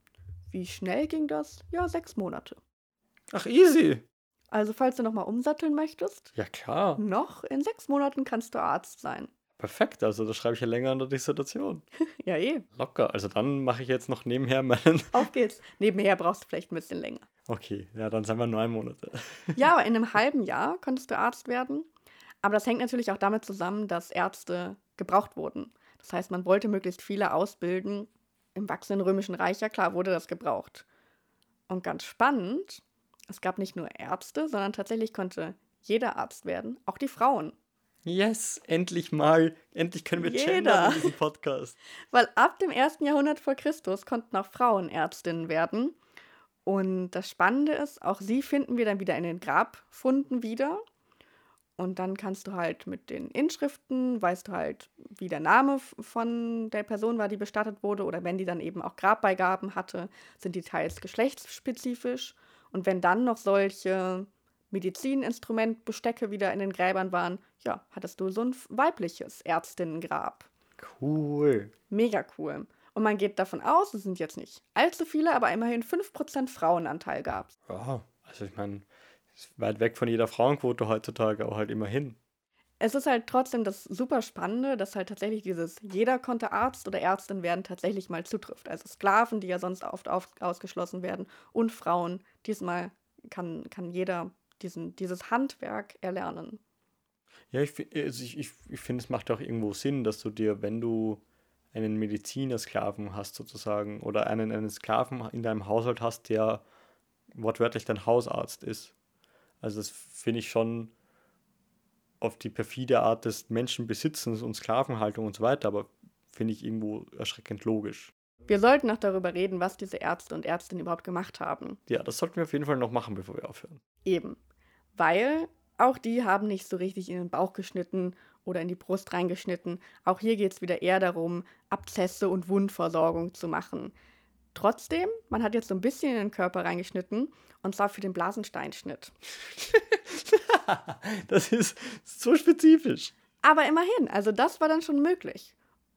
Wie schnell ging das? Ja, sechs Monate. Ach, easy. Also, falls du nochmal umsatteln möchtest, Ja klar. noch in sechs Monaten kannst du Arzt sein. Perfekt, also das schreibe ich ja länger an der Dissertation. Ja, eh. Locker, also dann mache ich jetzt noch nebenher meinen... Auf geht's. Nebenher brauchst du vielleicht ein bisschen länger. Okay, ja, dann sind wir neun Monate. Ja, aber in einem halben Jahr konntest du Arzt werden. Aber das hängt natürlich auch damit zusammen, dass Ärzte gebraucht wurden. Das heißt, man wollte möglichst viele ausbilden. Im wachsenden Römischen Reich, ja klar, wurde das gebraucht. Und ganz spannend, es gab nicht nur Ärzte, sondern tatsächlich konnte jeder Arzt werden, auch die Frauen. Yes, endlich mal, endlich können wir Jeder. gendern in diesem Podcast. Weil ab dem ersten Jahrhundert vor Christus konnten auch Frauen Ärztinnen werden. Und das Spannende ist, auch sie finden wir dann wieder in den Grabfunden wieder. Und dann kannst du halt mit den Inschriften, weißt du halt, wie der Name f- von der Person war, die bestattet wurde. Oder wenn die dann eben auch Grabbeigaben hatte, sind die teils geschlechtsspezifisch. Und wenn dann noch solche Medizininstrumentbestecke wieder in den Gräbern waren, ja, hattest du so ein f- weibliches Ärztinnengrab. Cool. Mega cool. Und man geht davon aus, es sind jetzt nicht allzu viele, aber immerhin fünf Prozent Frauenanteil gab es. Ja, also ich meine, ist weit weg von jeder Frauenquote heutzutage, aber halt immerhin. Es ist halt trotzdem das super Spannende, dass halt tatsächlich dieses jeder konnte Arzt oder Ärztin werden tatsächlich mal zutrifft. Also Sklaven, die ja sonst oft auf, ausgeschlossen werden, und Frauen. Diesmal kann, kann jeder diesen, dieses Handwerk erlernen. Ja, ich, fi- also ich, ich, ich finde, es macht auch irgendwo Sinn, dass du dir, wenn du einen Medizinersklaven hast sozusagen oder einen, einen Sklaven in deinem Haushalt hast, der wortwörtlich dein Hausarzt ist. Also das finde ich schon auf die perfide Art des Menschenbesitzens und Sklavenhaltung und so weiter, aber finde ich irgendwo erschreckend logisch. Wir sollten noch darüber reden, was diese Ärzte und Ärztinnen überhaupt gemacht haben. Ja, das sollten wir auf jeden Fall noch machen, bevor wir aufhören. Eben. Weil auch die haben nicht so richtig in den Bauch geschnitten oder in die Brust reingeschnitten. Auch hier geht es wieder eher darum, Abzesse und Wundversorgung zu machen. Trotzdem, man hat jetzt so ein bisschen in den Körper reingeschnitten, und zwar für den Blasensteinschnitt. Das ist so spezifisch. Aber immerhin, also das war dann schon möglich.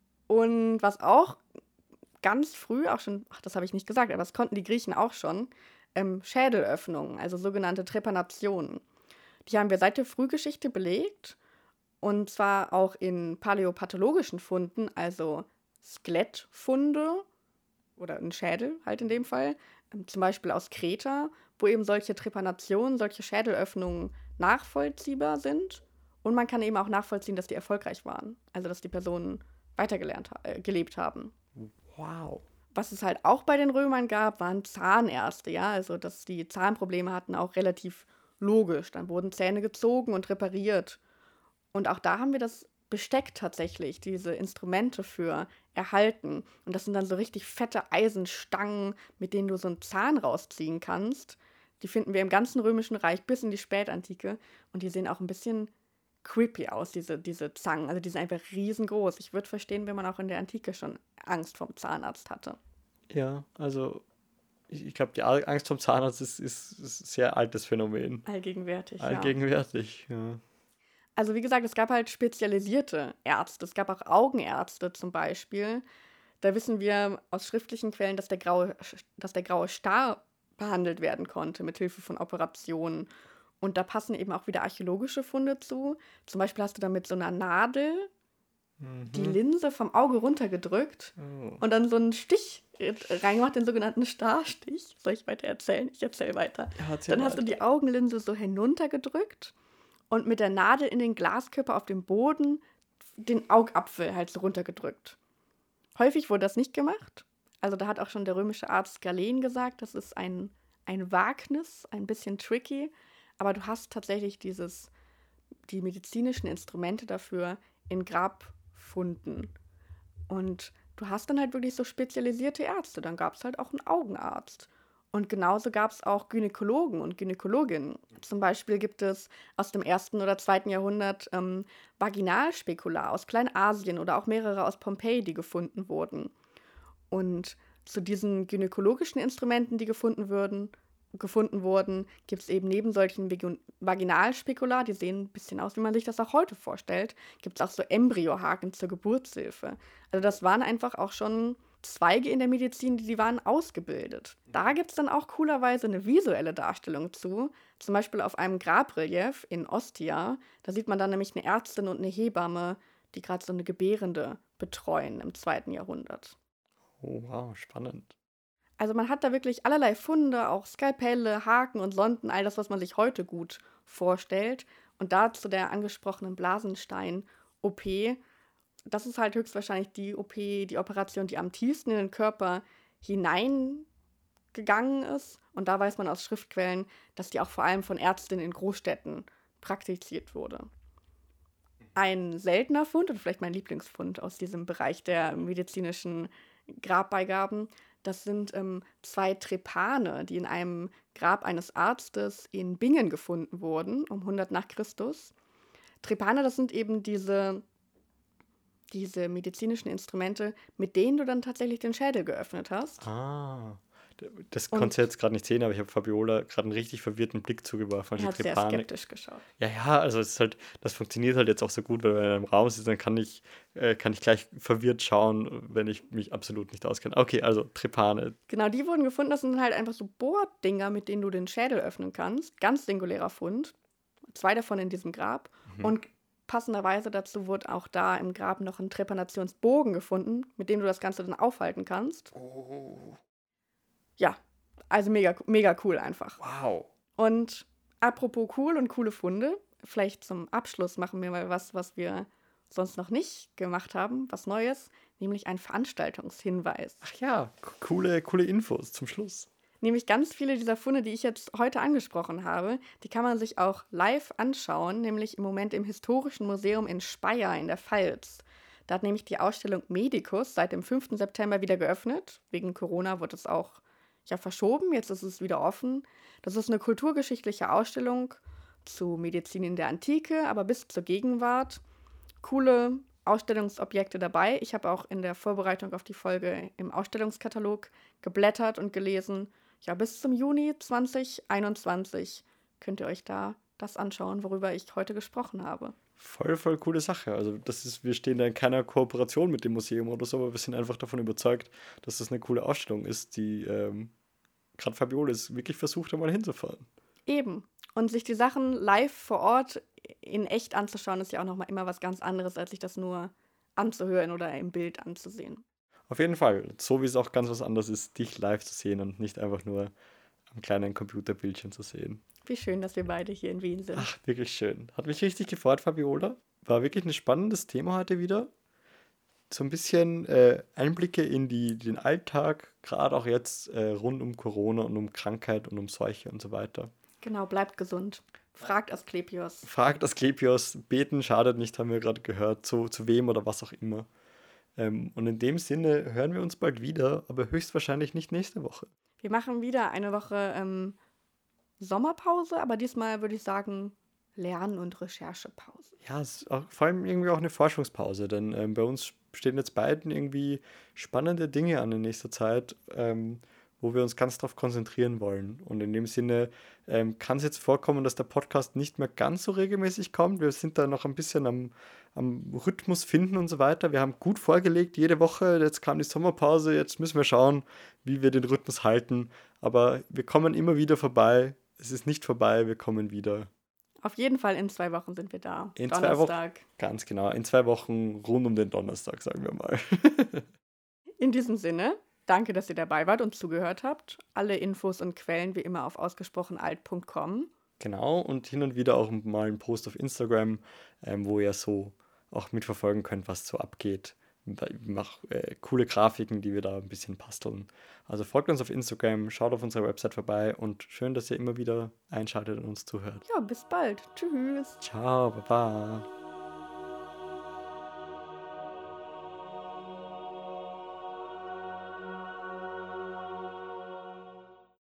Und was auch ganz früh, auch schon, ach, das habe ich nicht gesagt, aber das konnten die Griechen auch schon, ähm, Schädelöffnungen, also sogenannte Trepanationen. Die haben wir seit der Frühgeschichte belegt, und zwar auch in paläopathologischen Funden, also Skelettfunde oder ein Schädel halt in dem Fall, ähm, zum Beispiel aus Kreta, wo eben solche Trepanationen, solche Schädelöffnungen nachvollziehbar sind. Und man kann eben auch nachvollziehen, dass die erfolgreich waren, also dass die Personen weitergelernt, ha- äh, gelebt haben. Wow. Was es halt auch bei den Römern gab, waren Zahnärzte, ja, also dass die Zahnprobleme hatten, auch relativ logisch. Dann wurden Zähne gezogen und repariert. Und auch da haben wir das Besteck tatsächlich, diese Instrumente für erhalten. Und das sind dann so richtig fette Eisenstangen, mit denen du so einen Zahn rausziehen kannst. Die finden wir im ganzen Römischen Reich bis in die Spätantike. Und die sehen auch ein bisschen creepy aus, diese, diese Zangen. Also die sind einfach riesengroß. Ich würde verstehen, wenn man auch in der Antike schon Angst vom Zahnarzt hatte. Ja, also ich, ich glaube, die Al- Angst vom Zahnarzt ist, ist, ist ein sehr altes Phänomen. Allgegenwärtig, ja. Allgegenwärtig, ja. Also wie gesagt, es gab halt spezialisierte Ärzte. Es gab auch Augenärzte zum Beispiel. Da wissen wir aus schriftlichen Quellen, dass der graue, dass der graue Star behandelt werden konnte mit Hilfe von Operationen. Und da passen eben auch wieder archäologische Funde zu. Zum Beispiel hast du da mit so einer Nadel die Mhm. Linse vom Auge runtergedrückt Oh. und dann so einen Stich äh, reingemacht, den sogenannten Starstich. Soll ich weiter erzählen? Ich erzähle weiter. Ja, erzähl Dann hast du weiter. die Augenlinse so hinuntergedrückt und mit der Nadel in den Glaskörper auf dem Boden den Augapfel halt so runtergedrückt. Häufig wurde das nicht gemacht. Also da hat auch schon der römische Arzt Galen gesagt, das ist ein, ein Wagnis, ein bisschen tricky. Aber du hast tatsächlich dieses, die medizinischen Instrumente dafür in Grabfunden. Und du hast dann halt wirklich so spezialisierte Ärzte. Dann gab es halt auch einen Augenarzt. Und genauso gab es auch Gynäkologen und Gynäkologinnen. Zum Beispiel gibt es aus dem ersten oder zweiten Jahrhundert ähm, Vaginalspekula aus Kleinasien oder auch mehrere aus Pompeji, die gefunden wurden. Und zu diesen gynäkologischen Instrumenten, die gefunden würden, gefunden wurden, gibt es eben neben solchen Vegu- Vaginalspekula, die sehen ein bisschen aus, wie man sich das auch heute vorstellt, gibt es auch so Embryohaken zur Geburtshilfe. Also das waren einfach auch schon Zweige in der Medizin, die, die waren ausgebildet. Da gibt es dann auch coolerweise eine visuelle Darstellung zu, zum Beispiel auf einem Grabrelief in Ostia. Da sieht man dann nämlich eine Ärztin und eine Hebamme, die gerade so eine Gebärende betreuen im zweiten Jahrhundert. Oh, wow, spannend. Also man hat da wirklich allerlei Funde, auch Skalpelle, Haken und Sonden, all das, was man sich heute gut vorstellt. Und dazu der angesprochenen Blasenstein-O P. Das ist halt höchstwahrscheinlich die O P, die Operation, die am tiefsten in den Körper hineingegangen ist. Und da weiß man aus Schriftquellen, dass die auch vor allem von Ärztinnen in Großstädten praktiziert wurde. Ein seltener Fund, und vielleicht mein Lieblingsfund aus diesem Bereich der medizinischen Grabbeigaben, das sind ähm, zwei Trepane, die in einem Grab eines Arztes in Bingen gefunden wurden, um hundert nach Christus. Trepane, das sind eben diese, diese medizinischen Instrumente, mit denen du dann tatsächlich den Schädel geöffnet hast. Ah, d- das Und- konntest du jetzt gerade nicht sehen, aber ich habe Fabiola gerade einen richtig verwirrten Blick zugeworfen. Er Die hat sehr Trepane. skeptisch geschaut. Ja, ja, also es ist halt, das funktioniert halt jetzt auch so gut, weil wenn er im Raum sitzt, dann kann ich, äh, kann ich gleich verwirrt schauen, wenn ich mich absolut nicht auskenne. Okay, also Trepane. Genau, die wurden gefunden. Das sind halt einfach so Bohrdinger, mit denen du den Schädel öffnen kannst. Ganz singulärer Fund. Zwei davon in diesem Grab. Mhm. Und passenderweise dazu wurde auch da im Grab noch ein Trepanationsbogen gefunden, mit dem du das Ganze dann aufhalten kannst. Oh, Ja, also mega, mega cool einfach. wow. Und apropos cool und coole Funde, vielleicht zum Abschluss machen wir mal was, was wir sonst noch nicht gemacht haben, was Neues, nämlich ein Veranstaltungshinweis. Ach ja, c- coole, coole Infos zum Schluss. Nämlich ganz viele dieser Funde, die ich jetzt heute angesprochen habe, die kann man sich auch live anschauen, nämlich im Moment im Historischen Museum in Speyer in der Pfalz. Da hat nämlich die Ausstellung Medicus seit dem fünften September wieder geöffnet. Wegen Corona wurde es auch ja, verschoben, jetzt ist es wieder offen. Das ist eine kulturgeschichtliche Ausstellung zu Medizin in der Antike, aber bis zur Gegenwart. Coole Ausstellungsobjekte dabei. Ich habe auch in der Vorbereitung auf die Folge im Ausstellungskatalog geblättert und gelesen. Ja, bis zum Juni zwanzig einundzwanzig könnt ihr euch da das anschauen, worüber ich heute gesprochen habe. Voll, voll coole Sache. Also das ist, wir stehen da in keiner Kooperation mit dem Museum oder so, aber wir sind einfach davon überzeugt, dass das eine coole Ausstellung ist, die ähm, gerade Fabiolis wirklich versucht, einmal hinzufahren. Eben. Und sich die Sachen live vor Ort in echt anzuschauen, ist ja auch nochmal immer was ganz anderes, als sich das nur anzuhören oder im Bild anzusehen. Auf jeden Fall. So wie es auch ganz was anderes ist, dich live zu sehen und nicht einfach nur am kleinen Computerbildchen zu sehen. Wie schön, dass wir beide hier in Wien sind. Ach, wirklich schön. Hat mich richtig gefreut, Fabiola. War wirklich ein spannendes Thema heute wieder. So ein bisschen äh, Einblicke in die, den Alltag, gerade auch jetzt äh, rund um Corona und um Krankheit und um Seuche und so weiter. Genau, bleibt gesund. Fragt Asklepios. Fragt Asklepios, beten schadet nicht, haben wir gerade gehört, zu, zu wem oder was auch immer. Ähm, und in dem Sinne hören wir uns bald wieder, aber höchstwahrscheinlich nicht nächste Woche. Wir machen wieder eine Woche ähm, Sommerpause, aber diesmal würde ich sagen Lern- und Recherchepause. Ja, es ist auch, vor allem irgendwie auch eine Forschungspause, denn ähm, bei uns stehen jetzt beiden irgendwie spannende Dinge an in nächster Zeit, ähm, wo wir uns ganz darauf konzentrieren wollen. Und in dem Sinne ähm, kann es jetzt vorkommen, dass der Podcast nicht mehr ganz so regelmäßig kommt. Wir sind da noch ein bisschen am, am Rhythmus finden und so weiter. Wir haben gut vorgelegt jede Woche. Jetzt kam die Sommerpause. Jetzt müssen wir schauen, wie wir den Rhythmus halten. Aber wir kommen immer wieder vorbei. Es ist nicht vorbei. Wir kommen wieder. Auf jeden Fall in zwei Wochen sind wir da. In zwei Donnerstag. Wochen, ganz genau. In zwei Wochen rund um den Donnerstag, sagen wir mal. In diesem Sinne, danke, dass ihr dabei wart und zugehört habt. Alle Infos und Quellen wie immer auf ausgesprochenalt punkt com. Genau, und hin und wieder auch mal einen Post auf Instagram, ähm, wo ihr so auch mitverfolgen könnt, was so abgeht. Ich mache äh, coole Grafiken, die wir da ein bisschen basteln. Also folgt uns auf Instagram, schaut auf unserer Website vorbei und schön, dass ihr immer wieder einschaltet und uns zuhört. Ja, bis bald. Tschüss. Ciao, baba.